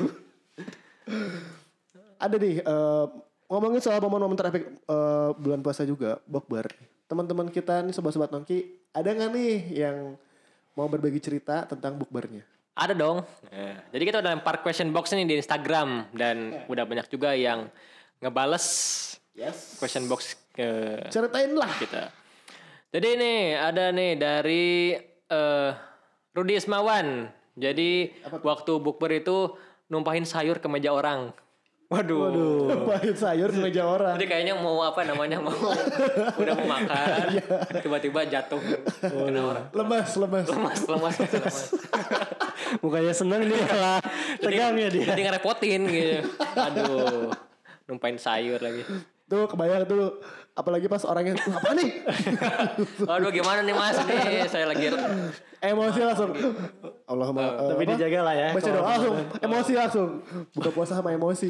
Speaker 2: Ada nih ngomongin soal momen-momen terepik bulan puasa juga, bukber. Teman-teman kita nih sobat-sobat nongki, ada nggak nih yang mau berbagi cerita tentang bukbernya?
Speaker 1: Ada dong. Jadi kita udah lempar question box nih di Instagram dan udah banyak juga yang ngebales question box ke
Speaker 2: Ceritain lah.
Speaker 1: kita. Jadi nih ada nih dari Rudi Ismawan. Jadi waktu bukber itu numpahin sayur ke meja orang. Waduh.
Speaker 2: Numpahin sayur di meja orang.
Speaker 1: Jadi kayaknya mau apa namanya udah mau makan, tiba-tiba jatuh.
Speaker 2: Lemas.
Speaker 1: Lemas.
Speaker 3: Mukanya seneng dia malah tegang ya dia.
Speaker 1: Jadi ngerepotin gitu. Aduh. Numpahin sayur lagi.
Speaker 2: Tuh kebayang tuh. Apalagi pas orangnya apa nih?
Speaker 1: Waduh gimana nih mas nih saya lagi
Speaker 2: Emosi langsung. Allahumma.
Speaker 3: Tapi dijaga lah ya.
Speaker 2: Baca doa langsung. Emosi langsung. Buka puasa sama emosi.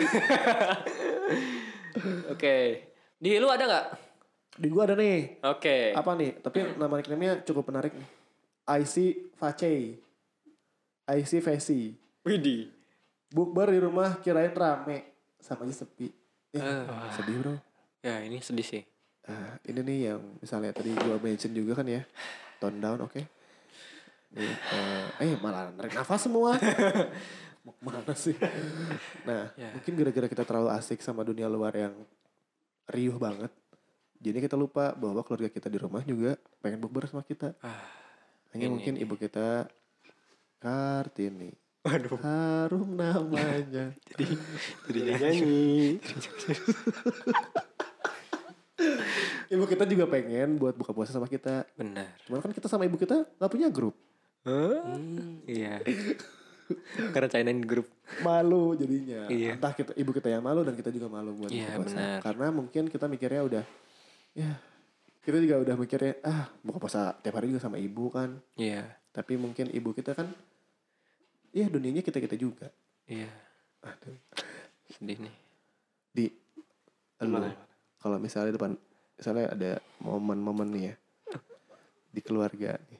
Speaker 1: Oke. Di lu ada nggak?
Speaker 2: Di gua ada nih.
Speaker 1: Oke.
Speaker 2: Apa nih? Tapi nama nickname-nya cukup menarik nih. IC Facey. IC Facey.
Speaker 1: Widih.
Speaker 2: Bukber di rumah kirain rame. Sama aja sepi. Sedih bro.
Speaker 1: Ya ini sedih sih.
Speaker 2: Ini nih yang misalnya tadi gua mention juga kan ya. Tone down oke. Malah narik nafas semua. Mau kemana sih? Nah mungkin gara-gara kita terlalu asik sama dunia luar yang riuh banget. Jadi kita lupa bahwa keluarga kita di rumah juga pengen bukber sama kita. Hanya mungkin ibu kita Kartini.
Speaker 1: Waduh.
Speaker 2: Harum namanya.
Speaker 3: Jadi nyanyi.
Speaker 2: Ibu kita juga pengen buat buka puasa sama kita.
Speaker 1: Benar.
Speaker 2: Cuman kan kita sama ibu kita gak punya grup.
Speaker 1: Iya. Karena Chinain grup.
Speaker 2: Malu jadinya.
Speaker 1: Iya.
Speaker 2: Entah ibu kita yang malu dan kita juga malu buat buka puasa.
Speaker 1: Benar.
Speaker 2: Karena mungkin kita mikirnya udah. Ya. Kita juga udah mikirnya. Buka puasa tiap hari juga sama ibu kan.
Speaker 1: Iya.
Speaker 2: Tapi mungkin ibu kita kan. Ya dunianya kita-kita juga.
Speaker 1: Iya.
Speaker 2: Aduh.
Speaker 1: Sedih nih.
Speaker 2: Di. Kalau misalnya depan. Misalnya ada momen-momen nih ya. Di keluarga nih.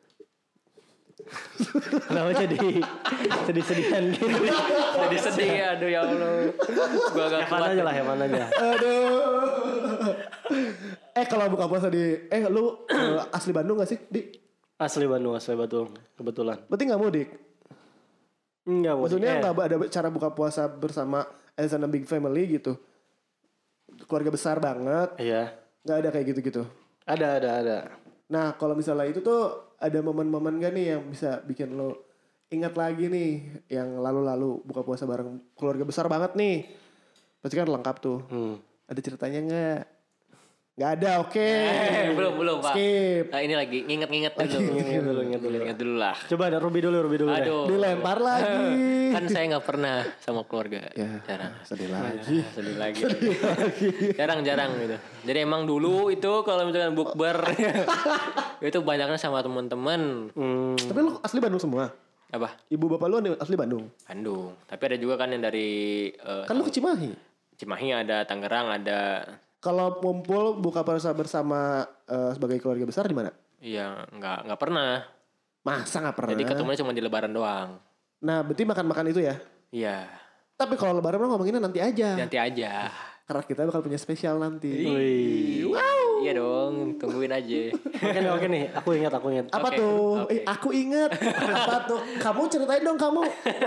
Speaker 3: Kenapa jadi sedih-sedihan gitu?
Speaker 1: Jadi sedih aduh ya Allah. Gua gak kuat.
Speaker 3: Hewan aja.
Speaker 2: Aduh. Kalau buka puasa di. Lu asli Bandung gak sih? Di.
Speaker 3: Asli Bandung, kebetulan.
Speaker 2: Berarti gak mudik?
Speaker 3: Enggak,
Speaker 2: Maksudnya gak ada cara buka puasa bersama as a big family gitu? Keluarga besar banget.
Speaker 3: Iya.
Speaker 2: Gak ada kayak gitu-gitu?
Speaker 3: Ada.
Speaker 2: Nah kalau misalnya itu tuh ada momen-momen gak nih yang bisa bikin lo ingat lagi nih yang lalu-lalu buka puasa bareng keluarga besar banget nih. Pasti kan lengkap tuh. Ada ceritanya gak? Gak ada, oke.
Speaker 1: Belum Pak.
Speaker 2: Skip.
Speaker 1: Nah, ini lagi nginget Ingat dulu lah.
Speaker 3: Coba ada Ruby dulu.
Speaker 1: Aduh.
Speaker 2: Dilempar lagi.
Speaker 1: Kan saya gak pernah sama keluarga.
Speaker 2: Ya,
Speaker 1: Jarang.
Speaker 2: sedih lagi.
Speaker 1: Sedih lagi. Jarang gitu. Jadi emang dulu itu kalau misalkan bukber itu banyaknya sama teman-teman.
Speaker 2: Tapi lu asli Bandung semua?
Speaker 1: Apa?
Speaker 2: Ibu bapak lu asli Bandung?
Speaker 1: Bandung. Tapi ada juga kan yang dari
Speaker 2: Kan lu ke Cimahi?
Speaker 1: Cimahi ada, Tangerang ada.
Speaker 2: Kalau ngumpul buka puasa bersama sebagai keluarga besar di mana?
Speaker 1: Iya, nggak pernah.
Speaker 2: Masa nggak pernah?
Speaker 1: Jadi ketemunya cuma di Lebaran doang.
Speaker 2: Nah, berarti makan-makan itu ya?
Speaker 1: Iya.
Speaker 2: Tapi kalau Lebaran mah ngomonginnya nanti aja.
Speaker 1: Nanti aja.
Speaker 2: Karena kita bakal punya spesial nanti.
Speaker 1: Wow. Iya dong, tungguin aja.
Speaker 3: Oke nih, aku ingat.
Speaker 2: Apa
Speaker 1: Oke,
Speaker 2: tuh?
Speaker 1: oke.
Speaker 2: Aku inget. Apa tuh? Kamu ceritain dong kamu.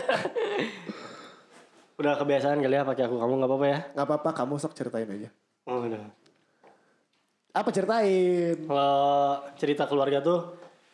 Speaker 3: Udah kebiasaan kali ya pakai aku, kamu nggak apa-apa ya?
Speaker 2: Nggak apa-apa, kamu sok ceritain aja.
Speaker 3: Oh, udah.
Speaker 2: Apa ceritain?
Speaker 3: Kalau cerita keluarga tuh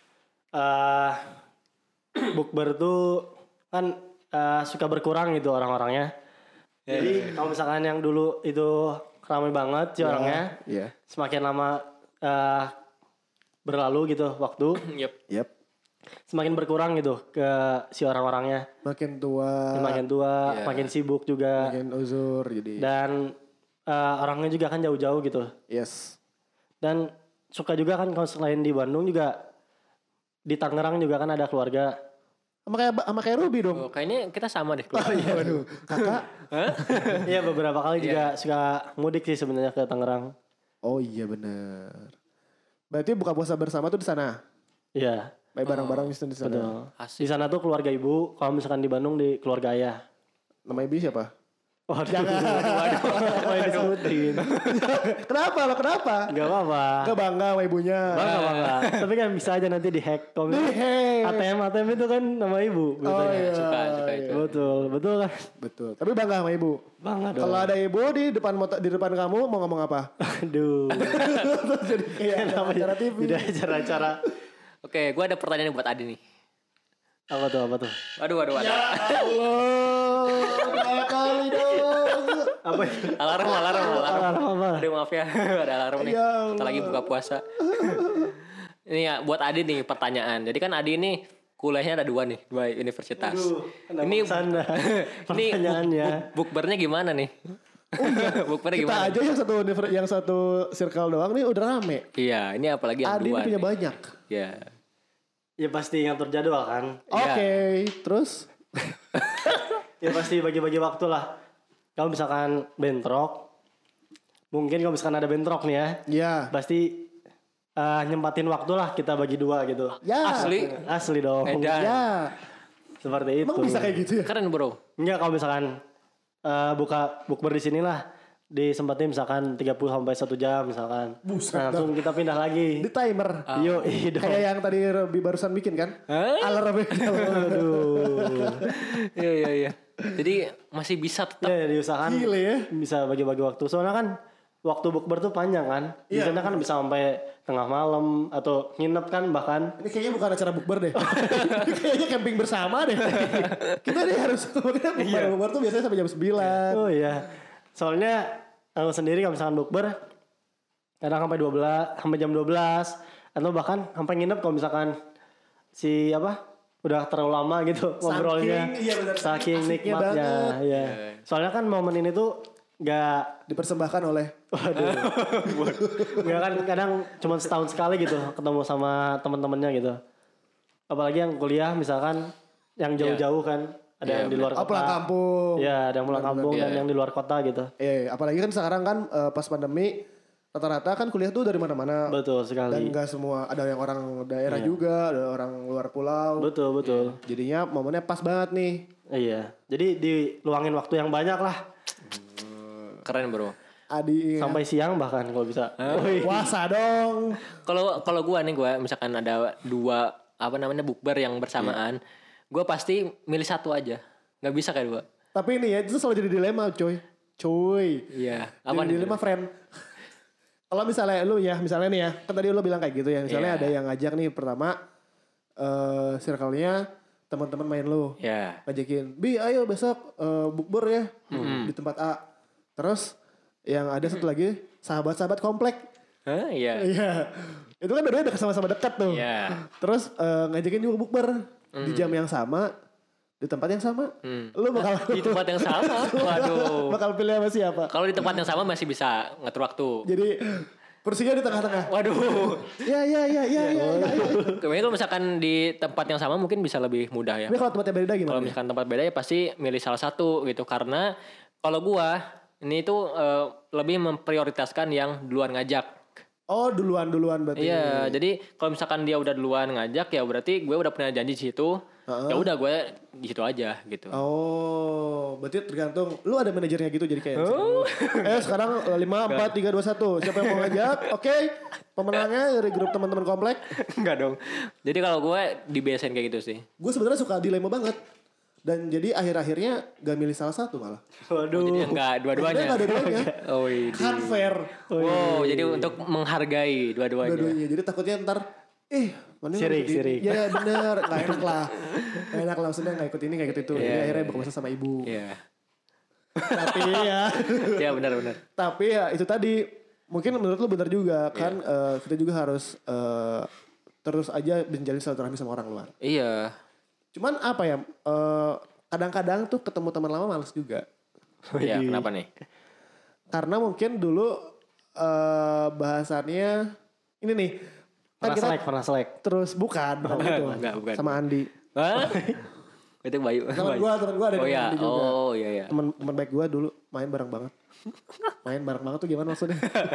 Speaker 3: bukber tuh kan suka berkurang gitu orang-orangnya. Jadi kalau misalkan yang dulu itu ramai banget sih orangnya.
Speaker 2: Iya.
Speaker 3: Semakin lama berlalu gitu waktu,
Speaker 1: Yep.
Speaker 3: semakin berkurang gitu ke si orang-orangnya.
Speaker 2: Makin tua,
Speaker 1: Iya.
Speaker 3: makin sibuk juga.
Speaker 2: makin uzur jadi.
Speaker 3: Dan orangnya juga kan jauh-jauh gitu.
Speaker 2: Yes.
Speaker 3: Dan suka juga kan kalau selain di Bandung juga di Tangerang juga kan ada keluarga.
Speaker 2: Sama kayak Ruby dong.
Speaker 1: Oh, kayaknya kita sama deh.
Speaker 2: Iya, waduh. Kakak.
Speaker 3: Iya beberapa kali juga suka mudik sih sebenarnya ke Tangerang.
Speaker 2: Oh iya benar. Berarti buka puasa bersama tuh di sana.
Speaker 3: Iya.
Speaker 2: Main bareng-bareng di sana.
Speaker 3: Betul.
Speaker 1: Asik.
Speaker 3: Di sana tuh keluarga ibu, kalau misalkan di Bandung di keluarga ayah.
Speaker 2: Nama ibu siapa?
Speaker 3: Waduh, apa yang disebutin?
Speaker 2: Kenapa lo? Kenapa?
Speaker 3: Gak apa-apa.
Speaker 2: Gak bangga sama ibunya.
Speaker 3: Bangga. Tapi kan bisa aja nanti di-hack. Kalau misalkan ATM itu kan nama ibu.
Speaker 2: Oh
Speaker 3: biasanya.
Speaker 2: iya.
Speaker 1: Suka itu.
Speaker 3: Betul kan?
Speaker 2: Betul. Tapi bangga sama ibu.
Speaker 3: Bangga dong.
Speaker 2: Kalau ada ibu di depan kamu mau ngomong apa?
Speaker 3: Aduh.
Speaker 2: Jadi kayak acara TV.
Speaker 3: Tidak cara-cara.
Speaker 1: Oke, gue ada pertanyaan buat Adi nih.
Speaker 3: Apa tuh?
Speaker 1: Waduh.
Speaker 2: Allah. Berapa kali dong?
Speaker 3: Apa itu?
Speaker 1: Alarm.
Speaker 3: Alarm apa?
Speaker 1: Aduh maaf ya, ada alarm nih.
Speaker 2: Ya
Speaker 1: Kita lagi buka puasa. Ini ya buat Adi nih pertanyaan. Jadi kan Adi ini kuliahnya ada dua universitas. Ini
Speaker 3: Sana.
Speaker 1: ini
Speaker 3: Pertanyaannya.
Speaker 1: bukbernya gimana nih? Bukbernya
Speaker 2: Kita
Speaker 1: gimana?
Speaker 2: aja yang satu circle doang nih udah rame.
Speaker 1: Iya, ini apalagi yang
Speaker 2: Adi
Speaker 1: dua.
Speaker 2: ini punya
Speaker 1: nih.
Speaker 2: banyak.
Speaker 1: Iya.
Speaker 3: Ya pasti ngatur jadwal kan.
Speaker 2: Oke, terus
Speaker 3: Ya pasti bagi-bagi waktu lah. Kalau misalkan bentrok, mungkin kalau misalkan ada bentrok nih ya,
Speaker 2: ya.
Speaker 3: pasti nyempatin waktu lah kita bagi dua gitu.
Speaker 2: Ya.
Speaker 3: Asli dong.
Speaker 1: Edan.
Speaker 2: Ya.
Speaker 3: Seperti itu.
Speaker 2: Emang bisa kayak gitu ya?
Speaker 1: Keren bro.
Speaker 3: Enggak kalau misalkan buka bukber di sini lah, disempatin misalkan 30 sampai 1 jam misalkan.
Speaker 2: Buset
Speaker 3: Nah, langsung kita pindah lagi.
Speaker 2: Di timer.
Speaker 3: Yo, dong.
Speaker 2: Kayak yang tadi Robi barusan bikin kan?
Speaker 1: Hah?
Speaker 2: Alarmnya.
Speaker 3: Aduh.
Speaker 1: Iya. Jadi masih bisa tetap.
Speaker 3: Ya, diusahakan
Speaker 2: Gile ya.
Speaker 3: bisa bagi-bagi waktu. Soalnya kan waktu bukber tuh panjang kan.
Speaker 2: Iya.
Speaker 3: Biasanya kan bisa sampai tengah malam atau nginep kan bahkan.
Speaker 2: Ini kayaknya bukan acara bukber deh. Ini kayaknya camping bersama deh. Kita nih harus bukber tuh biasanya sampai jam 9.
Speaker 3: Oh iya. Soalnya aku sendiri kalau misalkan bukber kadang sampai 12, sampai jam 12 atau bahkan sampai nginep kalau misalkan udah terlalu lama gitu ngobrolnya.
Speaker 2: Iya benar.
Speaker 3: Saking
Speaker 2: Asiknya
Speaker 3: nikmatnya.
Speaker 2: banget.
Speaker 3: Iya. Soalnya kan momen ini tuh gak
Speaker 2: Dipersembahkan oleh
Speaker 3: Gak kan kadang cuma setahun sekali gitu ketemu sama teman-temannya gitu. Apalagi yang kuliah misalkan yang jauh-jauh kan ada yang di luar kota.
Speaker 2: pulang kampung.
Speaker 3: Iya, ada yang pulang kampung dan yang di luar kota gitu.
Speaker 2: Apalagi kan sekarang kan pas pandemi rata-rata kan kuliah tuh dari mana-mana.
Speaker 3: Betul
Speaker 2: Dan
Speaker 3: sekali.
Speaker 2: gak semua, ada yang orang daerah juga, ada orang luar pulau.
Speaker 3: Betul.
Speaker 2: Jadinya momennya pas banget nih.
Speaker 3: Iya. Jadi diluangin waktu yang banyak lah.
Speaker 1: Keren bro.
Speaker 2: Adi
Speaker 3: Sampai siang bahkan kalau bisa.
Speaker 2: puasa dong.
Speaker 1: Kalau gue misalkan ada dua bukber yang bersamaan, gue pasti milih satu aja. Nggak bisa kayak dua.
Speaker 2: Tapi ini ya itu selalu jadi dilema coy.
Speaker 1: Iya.
Speaker 2: Apa jadi dilema friend? Kalau misalnya lu ya, misalnya nih ya, kan tadi lu bilang kayak gitu ya. Misalnya ada yang ngajak nih pertama circle-nya teman-teman main lu.
Speaker 1: Iya.
Speaker 2: Ngajakin, "Bi, ayo besok bukber ya di tempat A." Terus yang ada satu lagi sahabat-sahabat komplek.
Speaker 1: Hah, iya.
Speaker 2: Iya. Itu kan dua-duanya sama-sama dekat tuh.
Speaker 1: Iya.
Speaker 2: Terus ngajakin juga bukber di jam yang sama, di tempat yang sama. Lu bakal
Speaker 1: Di tempat yang sama. Waduh.
Speaker 2: bakal pilih sama siapa?
Speaker 1: Kalau di tempat yang sama masih bisa ngatur waktu.
Speaker 2: Jadi kursinya di tengah-tengah.
Speaker 1: Waduh.
Speaker 2: Ya.
Speaker 1: Kayaknya kalau misalkan di tempat yang sama mungkin bisa lebih mudah ya.
Speaker 2: Tapi kalau tempatnya beda gimana?
Speaker 1: Kalau misalkan tempat beda ya pasti milih salah satu gitu. Karena kalau gua ini tuh lebih memprioritaskan yang duluan ngajak.
Speaker 2: Oh duluan berarti.
Speaker 1: Iya, jadi kalau misalkan dia udah duluan ngajak ya berarti gue udah punya janji di situ. Ya udah gue di situ aja gitu.
Speaker 2: Oh, berarti tergantung. Lu ada manajernya gitu jadi kayak. Sekarang 5, 4, 3, 2, 1. Siapa yang mau ngajak? Oke. Pemenangnya dari grup teman-teman komplek.
Speaker 1: Enggak dong. Jadi kalau gue dibiasain kayak gitu sih.
Speaker 2: Gue sebenarnya suka dilema banget. Dan jadi akhir-akhirnya gak milih salah satu malah.
Speaker 3: Waduh.
Speaker 1: Jadi enggak dua-duanya.
Speaker 2: Enggak dua-duanya.
Speaker 1: Oh, iya.
Speaker 2: Kan fair.
Speaker 1: Wow, jadi untuk menghargai dua-duanya.
Speaker 2: Dua-duanya. Jadi takutnya ntar mana
Speaker 3: Sirik.
Speaker 2: Ya bener. Gak enak lah. Gak enak lah. Maksudnya gak ikut ini gak ikut itu. Jadi akhirnya buka puasa sama ibu.
Speaker 1: Iya.
Speaker 2: Tapi ya.
Speaker 1: Iya benar.
Speaker 2: Tapi ya itu tadi. mungkin menurut lu benar juga kan kita juga harus terus aja menjalin silaturahmi sama orang luar.
Speaker 1: Iya.
Speaker 2: Cuman apa ya? Kadang-kadang tuh ketemu teman lama males juga.
Speaker 1: Iya, kenapa nih?
Speaker 2: Karena mungkin dulu bahasannya ini nih. Kan
Speaker 3: Pernah selek.
Speaker 2: terus bukan itu.
Speaker 1: Bukan.
Speaker 2: Sama Andi.
Speaker 1: Hah? Itu Bayu.
Speaker 2: Teman gue ada
Speaker 1: Oh
Speaker 2: di
Speaker 1: iya.
Speaker 2: Andi juga.
Speaker 1: Oh iya.
Speaker 2: Teman baik gue dulu main bareng banget. Main bareng banget tuh gimana maksudnya?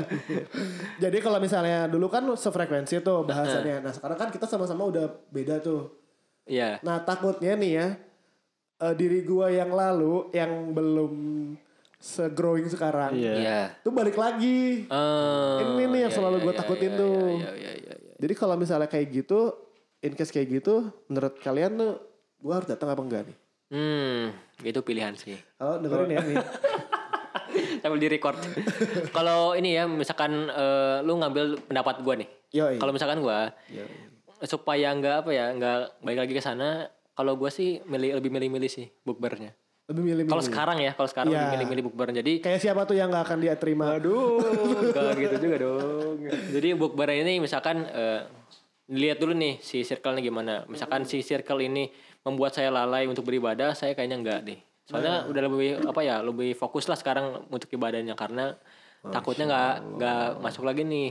Speaker 2: Jadi kalau misalnya dulu kan sefrekuensi tuh bahasannya. Nah sekarang kan kita sama-sama udah beda tuh.
Speaker 1: Iya.
Speaker 2: Nah takutnya nih ya diri gue yang lalu yang belum se-growing sekarang.
Speaker 1: Iya.
Speaker 2: Tuh balik lagi. Ini nih yang selalu gue takutin tuh.
Speaker 1: Iya.
Speaker 2: Jadi kalau misalnya kayak gitu, in case kayak gitu, menurut kalian tuh gue harus datang apa enggak nih?
Speaker 1: Itu pilihan sih.
Speaker 2: Oh dengerin ya nih.
Speaker 1: Sambil di record. Kalau ini ya misalkan lu ngambil pendapat gue nih.
Speaker 2: Yoi.
Speaker 1: Kalau misalkan gue supaya nggak balik lagi ke sana. Kalau gue sih lebih milih-milih sih bukbernya.
Speaker 2: Lebih milih-milih.
Speaker 1: Kalau sekarang
Speaker 2: Iya.
Speaker 1: lebih milih-milih bukber. Jadi
Speaker 2: kayak siapa tuh yang gak akan dia terima?
Speaker 1: aduh, gak gitu juga dong. Jadi bukber ini misalkan lihat dulu nih si circle-nya gimana. Misalkan si circle ini membuat saya lalai untuk beribadah, saya kayaknya enggak deh. Soalnya udah lebih fokus lah sekarang untuk ibadahnya karena takutnya nggak masuk lagi nih,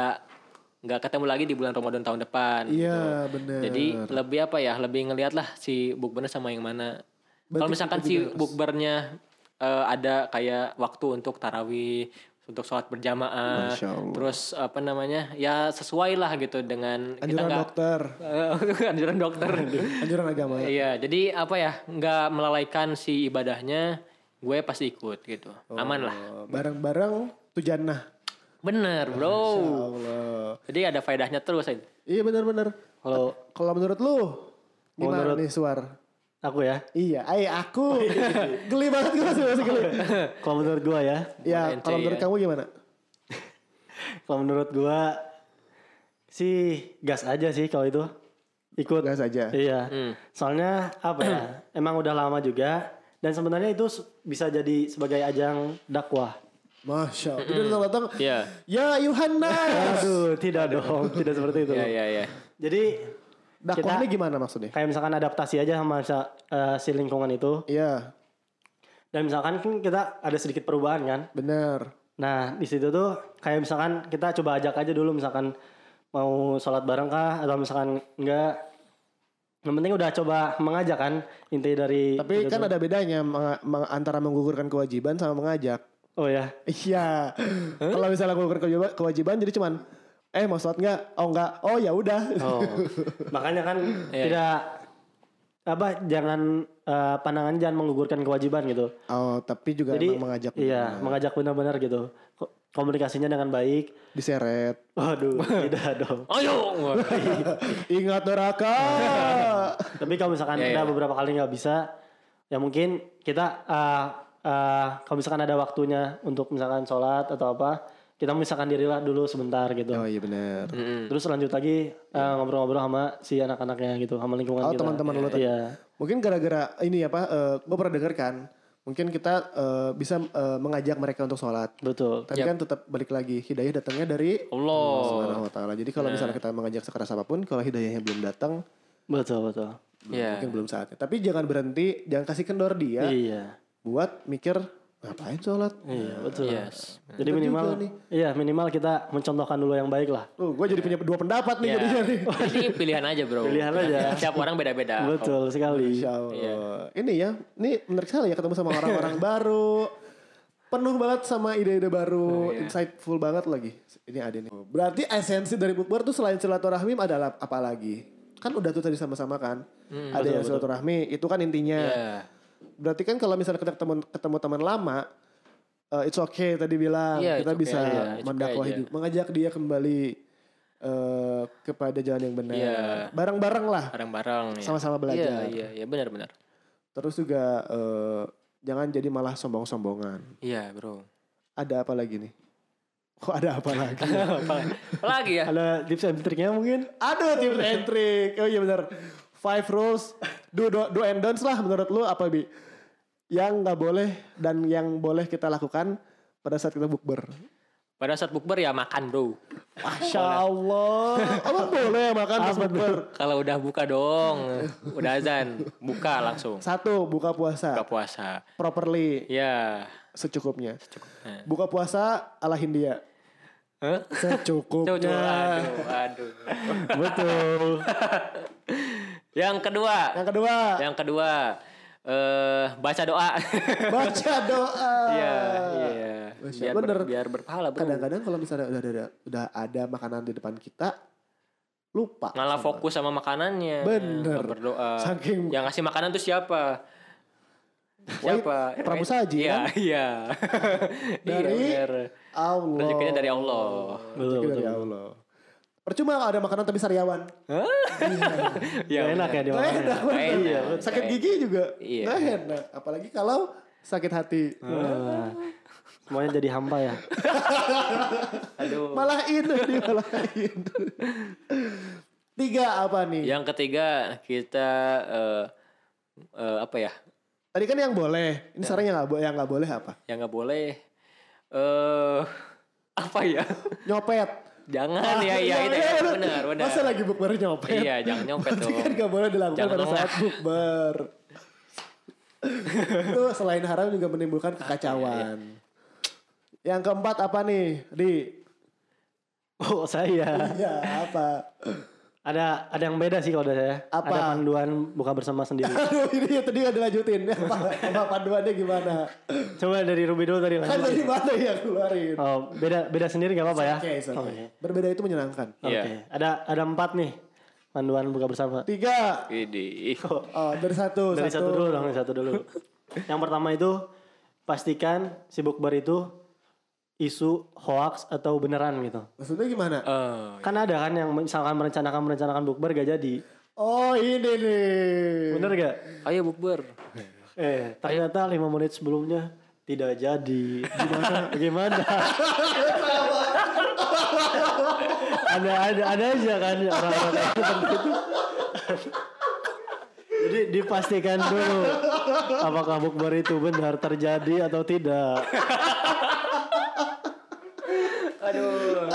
Speaker 1: nggak ketemu lagi di bulan Ramadan tahun depan.
Speaker 2: Iya benar.
Speaker 1: Jadi lebih ngelihat lah si bukbernya sama yang mana. Kalau misalkan si bukbernya ada kayak waktu untuk tarawih, untuk sholat berjamaah, terus ya sesuai lah gitu dengan
Speaker 2: anjuran dokter,
Speaker 1: anjuran dokter,
Speaker 2: anjuran agama.
Speaker 1: Iya, jadi nggak melalaikan si ibadahnya, gue pasti ikut gitu, aman lah.
Speaker 2: Bareng-bareng tuh jannah.
Speaker 1: Bener bro.
Speaker 2: Allah.
Speaker 1: Jadi ada faedahnya terus.
Speaker 2: Iya benar-benar. Kalau menurut lu gimana nih Suar?
Speaker 3: Aku ya.
Speaker 2: Iya, aku. Geli banget gue masih geli.
Speaker 3: Kalau menurut gua ya.
Speaker 2: Ya, kalau menurut kamu gimana?
Speaker 3: Kalau menurut gua sih gas aja sih kalau itu. Ikut.
Speaker 2: Gas aja.
Speaker 3: Iya. Soalnya emang udah lama juga dan sebenarnya itu bisa jadi sebagai ajang dakwah.
Speaker 2: Masya Allah. Jadi datang-datang.
Speaker 1: Iya.
Speaker 2: Ya Yuhanna.
Speaker 3: Aduh, tidak dong, tidak seperti itu.
Speaker 1: Iya.
Speaker 3: Jadi
Speaker 2: dakwahnya gimana maksudnya?
Speaker 3: Kayak misalkan adaptasi aja sama si lingkungan itu.
Speaker 2: Iya.
Speaker 3: Dan misalkan kan kita ada sedikit perubahan kan.
Speaker 2: Bener.
Speaker 3: Nah di situ tuh kayak misalkan kita coba ajak aja dulu misalkan mau sholat bareng kah atau misalkan enggak. Yang penting udah coba mengajak kan inti dari.
Speaker 2: Tapi kan ada bedanya antara menggugurkan kewajiban sama mengajak.
Speaker 3: Oh ya.
Speaker 2: Iya. Kalau misalnya menggugurkan kewajiban jadi cuman mau sholat enggak? Oh enggak. Oh ya udah.
Speaker 3: Oh. Makanya kan tidak jangan pandangan jangan menggugurkan kewajiban gitu.
Speaker 2: Oh, tapi juga
Speaker 3: jadi,
Speaker 2: mengajak.
Speaker 3: Iya, mengajak benar-benar gitu. Komunikasinya dengan baik.
Speaker 2: Diseret.
Speaker 3: Waduh, tidak dong.
Speaker 1: Ayo.
Speaker 2: Ingat neraka.
Speaker 3: Tapi kalau misalkan ada beberapa kali nggak bisa, ya mungkin kita kalau misalkan ada waktunya untuk misalkan sholat atau apa, kita misalkan dirilah dulu sebentar gitu.
Speaker 2: Oh iya benar.
Speaker 3: Terus lanjut lagi ngobrol-ngobrol sama si anak-anaknya gitu, sama lingkungan kita.
Speaker 2: Oh teman-teman lu tadi.
Speaker 3: Iya.
Speaker 2: Mungkin gara-gara ini gue pernah dengar kan. Mungkin kita bisa mengajak mereka untuk sholat.
Speaker 3: Betul.
Speaker 2: Tapi kan tetap balik lagi hidayah datangnya dari
Speaker 1: Allah
Speaker 2: Subhanahu wa taala. Jadi kalau misalnya kita mengajak sekeras apapun, kalau hidayahnya belum datang,
Speaker 3: betul.
Speaker 2: mungkin belum saatnya. Tapi jangan berhenti, jangan kasih kendor dia.
Speaker 3: Iya.
Speaker 2: Buat mikir ngapain sholat?
Speaker 3: Iya betul.
Speaker 1: Yes.
Speaker 3: Jadi minimal kita mencontohkan dulu yang baik lah.
Speaker 2: Gue jadi punya dua pendapat nih jadinya nih.
Speaker 1: Jadi pilihan aja bro.
Speaker 3: Pilihan aja.
Speaker 1: Setiap orang beda-beda.
Speaker 3: Betul sekali.
Speaker 2: Insya Allah. Ini ya, ini menarik sekali ya ketemu sama orang-orang baru. Penuh banget sama ide-ide baru, insightful banget lagi. Ini ada nih. Berarti esensi dari bukber tuh selain silaturahmi adalah apa lagi? Kan udah tuh tadi sama-sama kan. Ada yang silaturahmi, itu kan intinya. Berarti kan kalau misalnya kita ketemu teman lama, it's okay tadi bilang kita bisa mendakwahi, mengajak dia kembali kepada jalan yang benar. Bareng-bareng lah.
Speaker 1: Bareng-bareng.
Speaker 2: Sama-sama belajar.
Speaker 1: Iya benar.
Speaker 2: Terus juga jangan jadi malah sombong-sombongan.
Speaker 1: Iya bro.
Speaker 2: Ada apa lagi nih? Kok ada apa lagi?
Speaker 1: Apa lagi ya?
Speaker 3: Ada tips and triknya mungkin?
Speaker 2: Ada tips and trick. Oh iya benar. 5 rules do and don'ts lah menurut lu apa Bi? Yang gak boleh dan yang boleh kita lakukan pada saat kita bukber.
Speaker 1: Pada saat bukber ya makan bro.
Speaker 2: Masya Allah. Abang boleh makan pas bukber?
Speaker 1: Kalau udah buka dong, udah azan, buka langsung.
Speaker 2: 1, buka puasa.
Speaker 1: Buka puasa.
Speaker 2: Properly.
Speaker 1: Ya.
Speaker 2: Secukupnya. Buka puasa ala Hindia.
Speaker 1: Hah?
Speaker 2: Secukupnya.
Speaker 1: Aduh.
Speaker 3: Betul.
Speaker 1: Yang kedua, baca doa.
Speaker 2: Baca doa.
Speaker 1: Iya. Biar berpahala bro.
Speaker 2: Kadang-kadang kalau misalnya udah ada makanan di depan kita, lupa.
Speaker 1: Ngalah fokus sama makanannya.
Speaker 2: Bener.
Speaker 1: Nggak berdoa.
Speaker 2: Saking.
Speaker 1: Yang ngasih makanan tuh siapa? Siapa?
Speaker 2: Prabu Saji kan?
Speaker 1: Iya.
Speaker 2: Dari Allah.
Speaker 1: Rezekinya dari Allah.
Speaker 2: Rezeki dari Allah. Percuma kalau ada makanan tapi sariawan.
Speaker 1: Ya,
Speaker 3: enak ya dimakan.
Speaker 2: Enak,
Speaker 1: Iya,
Speaker 2: sakit gigi juga.
Speaker 1: Iya.
Speaker 2: Nggak enak. Apalagi kalau sakit hati.
Speaker 3: Semuanya jadi hampa ya.
Speaker 1: Aduh.
Speaker 2: Malahin. 3 apa nih?
Speaker 1: Yang ketiga kita apa ya?
Speaker 2: Tadi kan yang boleh. Ini sekarang yang nggak boleh apa?
Speaker 1: Yang nggak boleh apa ya?
Speaker 2: Nyopet.
Speaker 1: Jangan itu benar.
Speaker 2: Masa lagi bukber nyopet?
Speaker 1: Iya, jangan nyopet
Speaker 2: Berarti
Speaker 1: dong.
Speaker 2: kan gak boleh dilakukan
Speaker 1: Jangan
Speaker 2: pada saat bukber. Itu selain haram juga menimbulkan kekacauan. Yang keempat apa nih, Di?
Speaker 3: Oh saya.
Speaker 2: Iya, apa?
Speaker 3: Ada yang beda sih kalau dari saya.
Speaker 2: Apa?
Speaker 3: Ada panduan buka bersama sendiri.
Speaker 2: Aduh, ini tadi gak dilanjutin. Apa panduannya gimana?
Speaker 3: Coba dari Ruby dulu tadi
Speaker 2: Kan
Speaker 3: lanjut.
Speaker 2: tadi mana yang keluarin?
Speaker 3: Oh, beda sendiri gak apa-apa ya?
Speaker 2: Oke. Berbeda itu menyenangkan.
Speaker 3: Oke.
Speaker 1: Iya.
Speaker 3: Ada 4 nih panduan buka bersama.
Speaker 2: 3.
Speaker 1: Ini.
Speaker 2: Oh, dari satu.
Speaker 3: Dari satu dulu. Yang pertama itu pastikan si bukber itu isu hoax atau beneran gitu.
Speaker 2: Maksudnya gimana?
Speaker 3: Kan ada kan yang misalkan merencanakan bukber gak jadi.
Speaker 2: Oh, ini nih.
Speaker 3: Bener gak?
Speaker 1: Ayo bukber.
Speaker 3: Ternyata 5 menit sebelumnya tidak jadi. Gimana? ada aja kan orang-orang seperti itu. Jadi dipastikan dulu apakah bukber itu benar terjadi atau tidak.
Speaker 1: Aduh.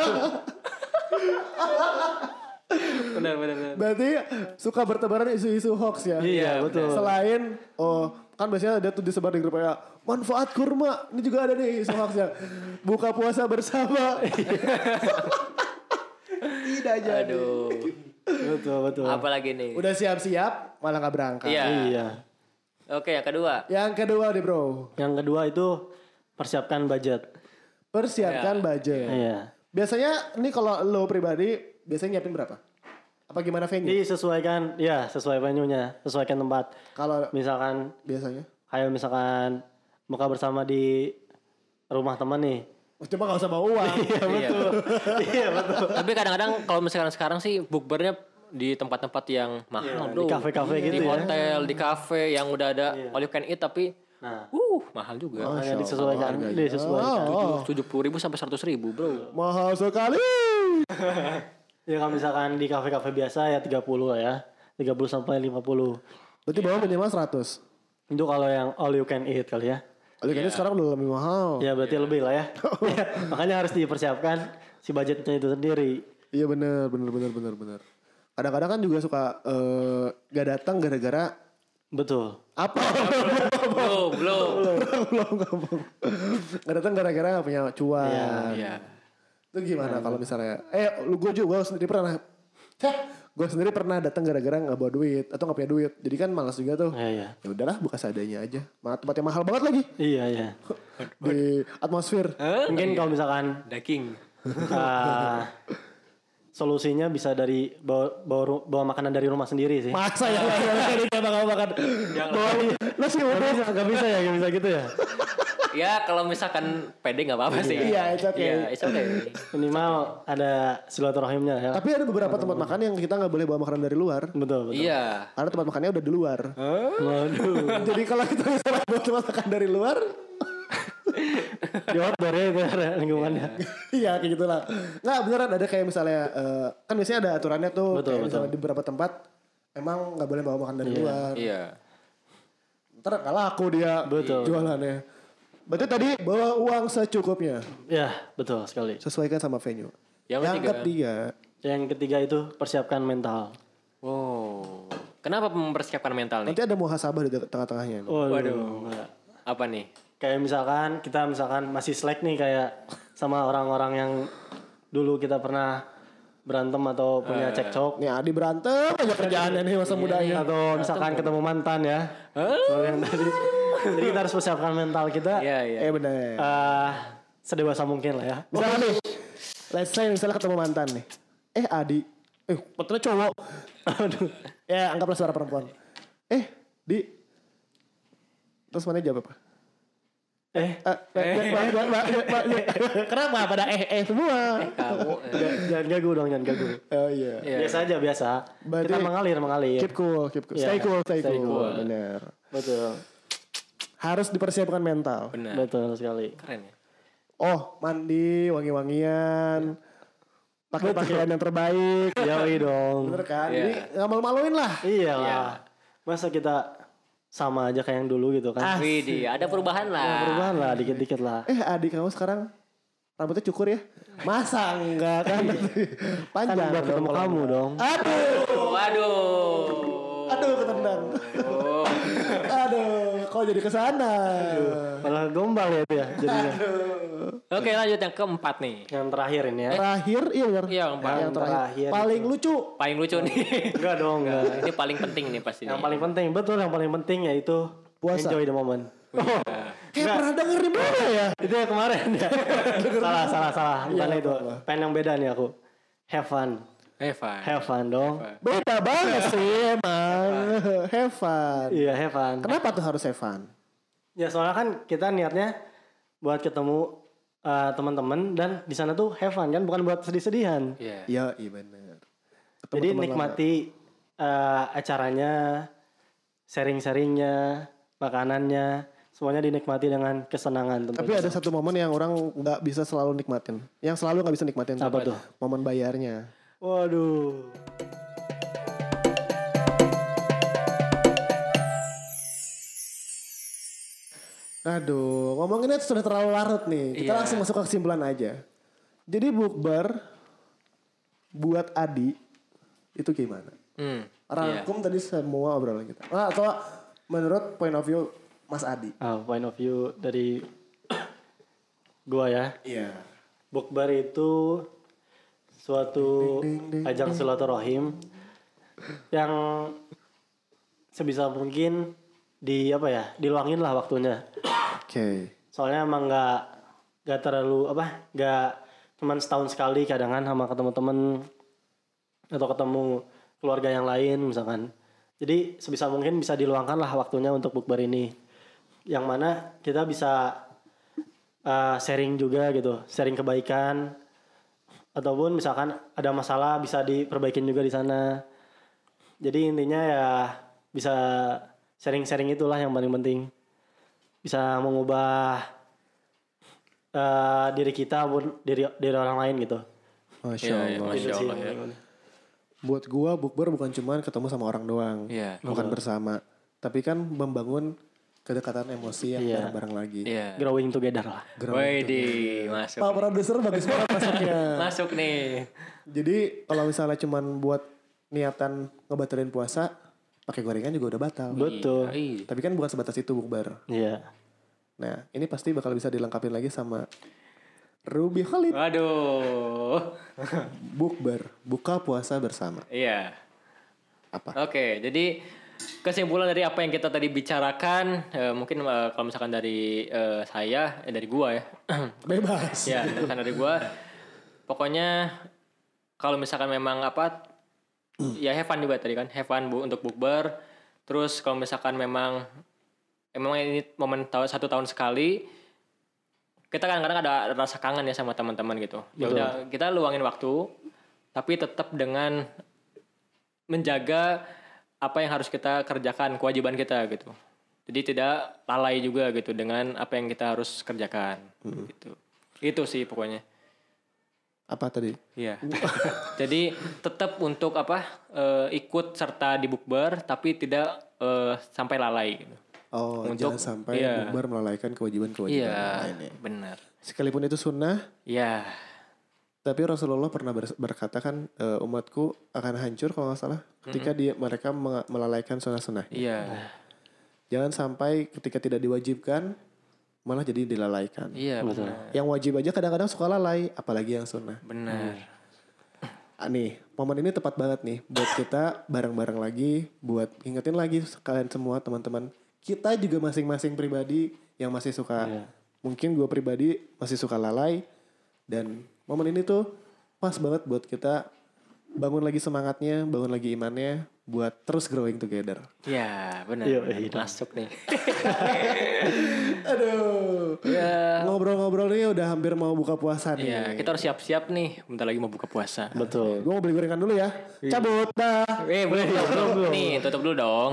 Speaker 1: Benar.
Speaker 2: Berarti suka bertebaran isu-isu hoax ya?
Speaker 3: Iya, betul.
Speaker 2: Selain, kan biasanya ada tuh disebar di grup ya, manfaat kurma. Ini juga ada nih isu hoax ya. Buka puasa bersama. Tidak jadi.
Speaker 1: Aduh.
Speaker 3: Betul.
Speaker 1: Apalagi nih?
Speaker 2: Udah siap-siap, malah gak berangkat.
Speaker 1: Iya. Oke, yang kedua.
Speaker 2: Yang kedua nih bro.
Speaker 3: Yang kedua itu persiapkan budget.
Speaker 2: Persiapkan budget.
Speaker 3: Iya.
Speaker 2: Biasanya ini kalau lo pribadi, biasanya nyiapin berapa? Apa gimana venue?
Speaker 3: Disesuaikan, ya sesuai venue-nya, sesuaikan tempat.
Speaker 2: Kalau
Speaker 3: Misalkan
Speaker 2: biasanya?
Speaker 3: kayak misalkan buka bersama di rumah teman nih.
Speaker 2: Coba gak usah bawa uang.
Speaker 3: Iya betul.
Speaker 1: Tapi kadang-kadang kalau misalkan sekarang sih bukbernya di tempat-tempat yang mahal bro.
Speaker 3: Di kafe-kafe gitu
Speaker 1: di
Speaker 3: ya.
Speaker 1: hotel, di kafe yang udah ada all you can eat tapi
Speaker 3: Nah,
Speaker 1: mahal juga.
Speaker 3: makanya disesuaikan.
Speaker 1: 70.000 sampai 100.000 bro.
Speaker 2: Mahal sekali.
Speaker 3: Ya kalau misalkan di kafe-kafe biasa ya 30 lah ya. 30 sampai 50.
Speaker 2: Berarti bawa minimal 100.
Speaker 3: Itu kalau yang all you can eat kali ya.
Speaker 2: Kalau kayaknya sekarang udah lebih mahal.
Speaker 3: Ya berarti lebih lah ya. Ya, makanya harus dipersiapkan si budgetnya itu sendiri.
Speaker 2: Iya benar. Kadang-kadang kan juga suka gak datang gara-gara
Speaker 3: Betul.
Speaker 2: apa?
Speaker 1: Belum.
Speaker 2: Gak datang gara-gara gak punya cuan.
Speaker 1: Iya.
Speaker 2: Itu gimana kalau misalnya? Gue sendiri pernah datang gara-gara nggak bawa duit atau nggak punya duit. Jadi kan malas juga tuh.
Speaker 3: Iya.
Speaker 2: Ya udahlah buka seadanya aja. Malah tempatnya mahal banget lagi
Speaker 3: Iya.
Speaker 2: di atmosfer.
Speaker 3: Mungkin kalau misalkan
Speaker 1: Daging.
Speaker 3: solusinya bisa dari bawa makanan dari rumah sendiri sih.
Speaker 2: Masa ya nggak makan. Bawa nasi uduk.
Speaker 3: Gak bisa gitu ya.
Speaker 1: Ya kalau misalkan pede nggak apa-apa sih.
Speaker 2: Iya, it's okay.
Speaker 1: Iya, it's okay.
Speaker 3: Minimal ada silaturahimnya ya.
Speaker 2: Tapi ada beberapa tempat makan yang kita nggak boleh bawa makanan dari luar.
Speaker 3: Betul.
Speaker 1: Iya.
Speaker 2: Karena tempat makannya udah di luar.
Speaker 3: Waduh.
Speaker 2: Jadi kalau kita misalnya bawa tempat makan dari luar,
Speaker 3: Di outdoor ya itu lingkungannya.
Speaker 2: iya kayak gitulah. Nggak beneran ada kayak misalnya kan biasanya ada aturannya tuh.
Speaker 3: Betul.
Speaker 2: Misalnya di beberapa tempat emang nggak boleh bawa makan dari luar.
Speaker 1: Iya.
Speaker 2: Ntar nggak laku dia
Speaker 3: Betul.
Speaker 2: jualannya. Berarti tadi bawa uang secukupnya.
Speaker 3: Ya, betul sekali.
Speaker 2: Sesuaikan sama venue.
Speaker 1: Yang
Speaker 3: ketiga itu persiapkan mental.
Speaker 1: Wow. Kenapa mempersiapkan mental nih?
Speaker 2: Nanti ada muhasabah di tengah-tengahnya.
Speaker 1: Waduh. Apa nih?
Speaker 3: Kayak kita masih slack nih kayak sama orang-orang yang dulu kita pernah berantem atau punya cekcok.
Speaker 2: Nih Adi berantem aja kerjaannya nih masa mudanya.
Speaker 3: Atau misalkan ketemu mantan ya. Yang tadi. Jadi kita harus persiapkan mental kita.
Speaker 1: Iya.
Speaker 2: Benar.
Speaker 3: Sedewasa mungkin lah ya.
Speaker 2: Misalnya nih, let's say misalnya ketemu mantan nih. Adi. Patutnya cowok. Aduh. Ya anggaplah suara perempuan. Di. Terus mana jawab apa? Kenapa pada semua?
Speaker 1: Kamu.
Speaker 3: Jangan gagu dong, jangan gagu.
Speaker 2: Oh iya.
Speaker 3: Biasa aja, biasa.
Speaker 2: Berarti
Speaker 3: kita mengalir.
Speaker 2: Keep cool. Stay cool. Benar.
Speaker 3: Betul.
Speaker 2: Harus dipersiapkan mental.
Speaker 1: Benar.
Speaker 3: Betul sekali.
Speaker 1: Keren ya.
Speaker 2: Oh, mandi, wangi-wangian. Pakai pakaian yang terbaik.
Speaker 3: Yoi dong.
Speaker 2: Bener kan?
Speaker 1: Iya.
Speaker 2: Jadi gak malu-maluin lah.
Speaker 3: Iyalah. Masa kita sama aja kayak yang dulu gitu kan.
Speaker 1: Widih, ada perubahan lah.
Speaker 3: Perubahan lah, dikit-dikit lah.
Speaker 2: Adik kamu sekarang rambutnya cukur ya? Masa enggak kan? Panjang.
Speaker 3: Buat ketemu kamu dong.
Speaker 2: Aduh ketendang. Aduh, kok jadi kesana?
Speaker 3: Malah gombal ya itu ya jadinya.
Speaker 1: Oke, lanjut yang keempat nih.
Speaker 3: Yang terakhir ini ya.
Speaker 2: Terakhir, iya benar.
Speaker 1: Iya,
Speaker 2: yang terakhir. Paling lucu.
Speaker 1: Paling lucu nih.
Speaker 3: Enggak dong, enggak.
Speaker 1: Ini paling penting nih pasti.
Speaker 3: Yang paling penting, betul yang paling penting yaitu
Speaker 2: puasa.
Speaker 3: Enjoy the moment.
Speaker 2: Kayak pernah denger di mana ya?
Speaker 3: Itu yang kemarin ya. salah. Bukan itu. Pengen yang beda nih aku. Have fun. Have fun dong.
Speaker 2: Beda banget sih emang. Have fun.
Speaker 3: Iya, have fun.
Speaker 2: Kenapa tuh harus have fun?
Speaker 3: Ya soalnya kan kita niatnya buat ketemu teman-teman dan di sana tuh have fun kan, bukan buat sedih-sedihan.
Speaker 2: Iya benar.
Speaker 3: Jadi nikmati acaranya, sharing-sharingnya, makanannya, semuanya dinikmati dengan kesenangan.
Speaker 2: Tapi ada satu momen yang orang nggak bisa selalu nikmatin. Yang selalu nggak bisa nikmatin.
Speaker 3: Apa tuh?
Speaker 2: Momen bayarnya.
Speaker 3: Waduh.
Speaker 2: Aduh, ngomonginnya sudah terlalu larut nih. Kita langsung masuk ke kesimpulan aja. Jadi bukber buat Adi itu gimana? Rangkum tadi semua obrolan kita. Atau menurut point of view Mas Adi?
Speaker 3: Point of view dari gua ya.
Speaker 2: Iya.
Speaker 3: Bukber itu suatu ajang silaturahim yang sebisa mungkin diluangin lah waktunya.
Speaker 2: Oke.
Speaker 3: Soalnya emang nggak terlalu nggak cuman setahun sekali, kadangan sama ketemu temen atau ketemu keluarga yang lain misalkan. Jadi sebisa mungkin bisa diluangkan lah waktunya untuk bukber ini, yang mana kita bisa sharing juga gitu, sharing kebaikan ataupun misalkan ada masalah bisa diperbaikin juga di sana. Jadi intinya ya bisa sharing-sharing itulah yang paling penting. Bisa mengubah diri kita pun diri orang lain gitu.
Speaker 2: Masya Allah. Buat gua bukber bukan cuma ketemu sama orang doang, bukan bersama, tapi kan membangun kedekatan emosi yang bareng-bareng lagi.
Speaker 3: Growing together lah.
Speaker 1: Masuk.
Speaker 2: Pak produser bagus banget masuknya.
Speaker 1: Masuk nih.
Speaker 2: Jadi kalau misalnya cuma buat niatan ngebatalin puasa, pakai gorengan juga udah batal.
Speaker 3: Betul.
Speaker 2: Tapi kan bukan sebatas itu bukber.
Speaker 3: Iya.
Speaker 2: Nah ini pasti bakal bisa dilengkapi lagi sama Ruby Khalid.
Speaker 1: Waduh.
Speaker 2: Bukber, buka puasa bersama.
Speaker 1: Iya.
Speaker 2: Apa?
Speaker 1: Oke, jadi kesimpulan dari apa yang kita tadi bicarakan, mungkin kalau misalkan dari saya, dari gua ya.
Speaker 2: Bebas.
Speaker 1: Ya, misalkan dari gua. Pokoknya kalau misalkan memang ya have fun juga tadi kan, have fun untuk bukber. Terus kalau misalkan memang ini momen satu tahun sekali, kita kadang-kadang ada rasa kangen ya sama teman-teman gitu. Ya udah kita luangin waktu, tapi tetap dengan menjaga apa yang harus kita kerjakan, kewajiban kita gitu. Jadi tidak lalai juga gitu dengan apa yang kita harus kerjakan gitu. Itu sih pokoknya.
Speaker 2: Apa tadi?
Speaker 1: Iya. Jadi tetap untuk ikut serta di bukber tapi tidak sampai lalai gitu.
Speaker 2: Oh,
Speaker 1: untuk
Speaker 2: jangan sampai bukber melalaikan kewajiban-kewajiban yang lainnya.
Speaker 1: Benar.
Speaker 2: Sekalipun itu sunnah.
Speaker 1: Iya.
Speaker 2: Tapi Rasulullah pernah berkata kan umatku akan hancur kalau nggak salah ketika mereka melalaikan sunnah-sunnah.
Speaker 1: Iya.
Speaker 2: Jangan sampai ketika tidak diwajibkan malah jadi dilalaikan.
Speaker 1: Iya betul.
Speaker 2: Yang wajib aja kadang-kadang suka lalai, apalagi yang sunnah.
Speaker 1: Benar.
Speaker 2: Nih, momen ini tepat banget nih buat kita bareng-bareng lagi, buat ingetin lagi kalian semua teman-teman. Kita juga masing-masing pribadi yang masih suka, mungkin gue pribadi masih suka lalai, dan momen ini tuh pas banget buat kita bangun lagi semangatnya, bangun lagi imannya, buat terus growing together.
Speaker 1: Iya benar. Masuk nih.
Speaker 2: Aduh.
Speaker 1: Ya.
Speaker 2: Ngobrol-ngobrol nih udah hampir mau buka puasa nih.
Speaker 1: Iya, kita harus siap-siap nih. Bentar lagi mau buka puasa.
Speaker 3: Betul.
Speaker 2: Gue mau beli gorengan dulu ya. Cabut dah.
Speaker 1: Belum. Nih, tutup dulu dong.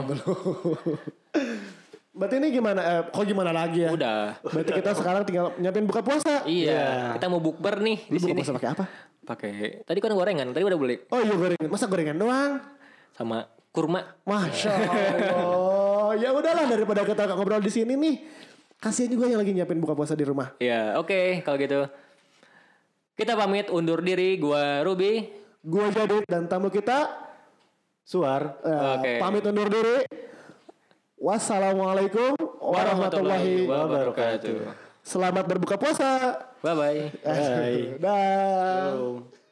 Speaker 2: Berarti ini gimana? Kok gimana lagi ya?
Speaker 1: Udah.
Speaker 2: Berarti kita sekarang tinggal nyiapin buka puasa.
Speaker 1: Iya. Kita mau bukber nih di
Speaker 2: Buka
Speaker 1: sini.
Speaker 2: puasa pakai apa?
Speaker 1: Pakai. Tadi kan gorengan. Tadi udah beli.
Speaker 2: Oh iya gorengan. Masa gorengan doang?
Speaker 1: Sama kurma.
Speaker 2: Masya Allah. Ya udahlah daripada kita ngobrol di sini nih. Kasihan juga yang lagi nyiapin buka puasa di rumah.
Speaker 1: Iya, oke. Kalau gitu. Kita pamit undur diri. Gua Ruby.
Speaker 2: Gua Jadid dan tamu kita
Speaker 3: Suar.
Speaker 2: Pamit undur diri. Wassalamualaikum warahmatullahi wabarakatuh. Selamat berbuka puasa.
Speaker 1: Bye-bye.
Speaker 2: Dah.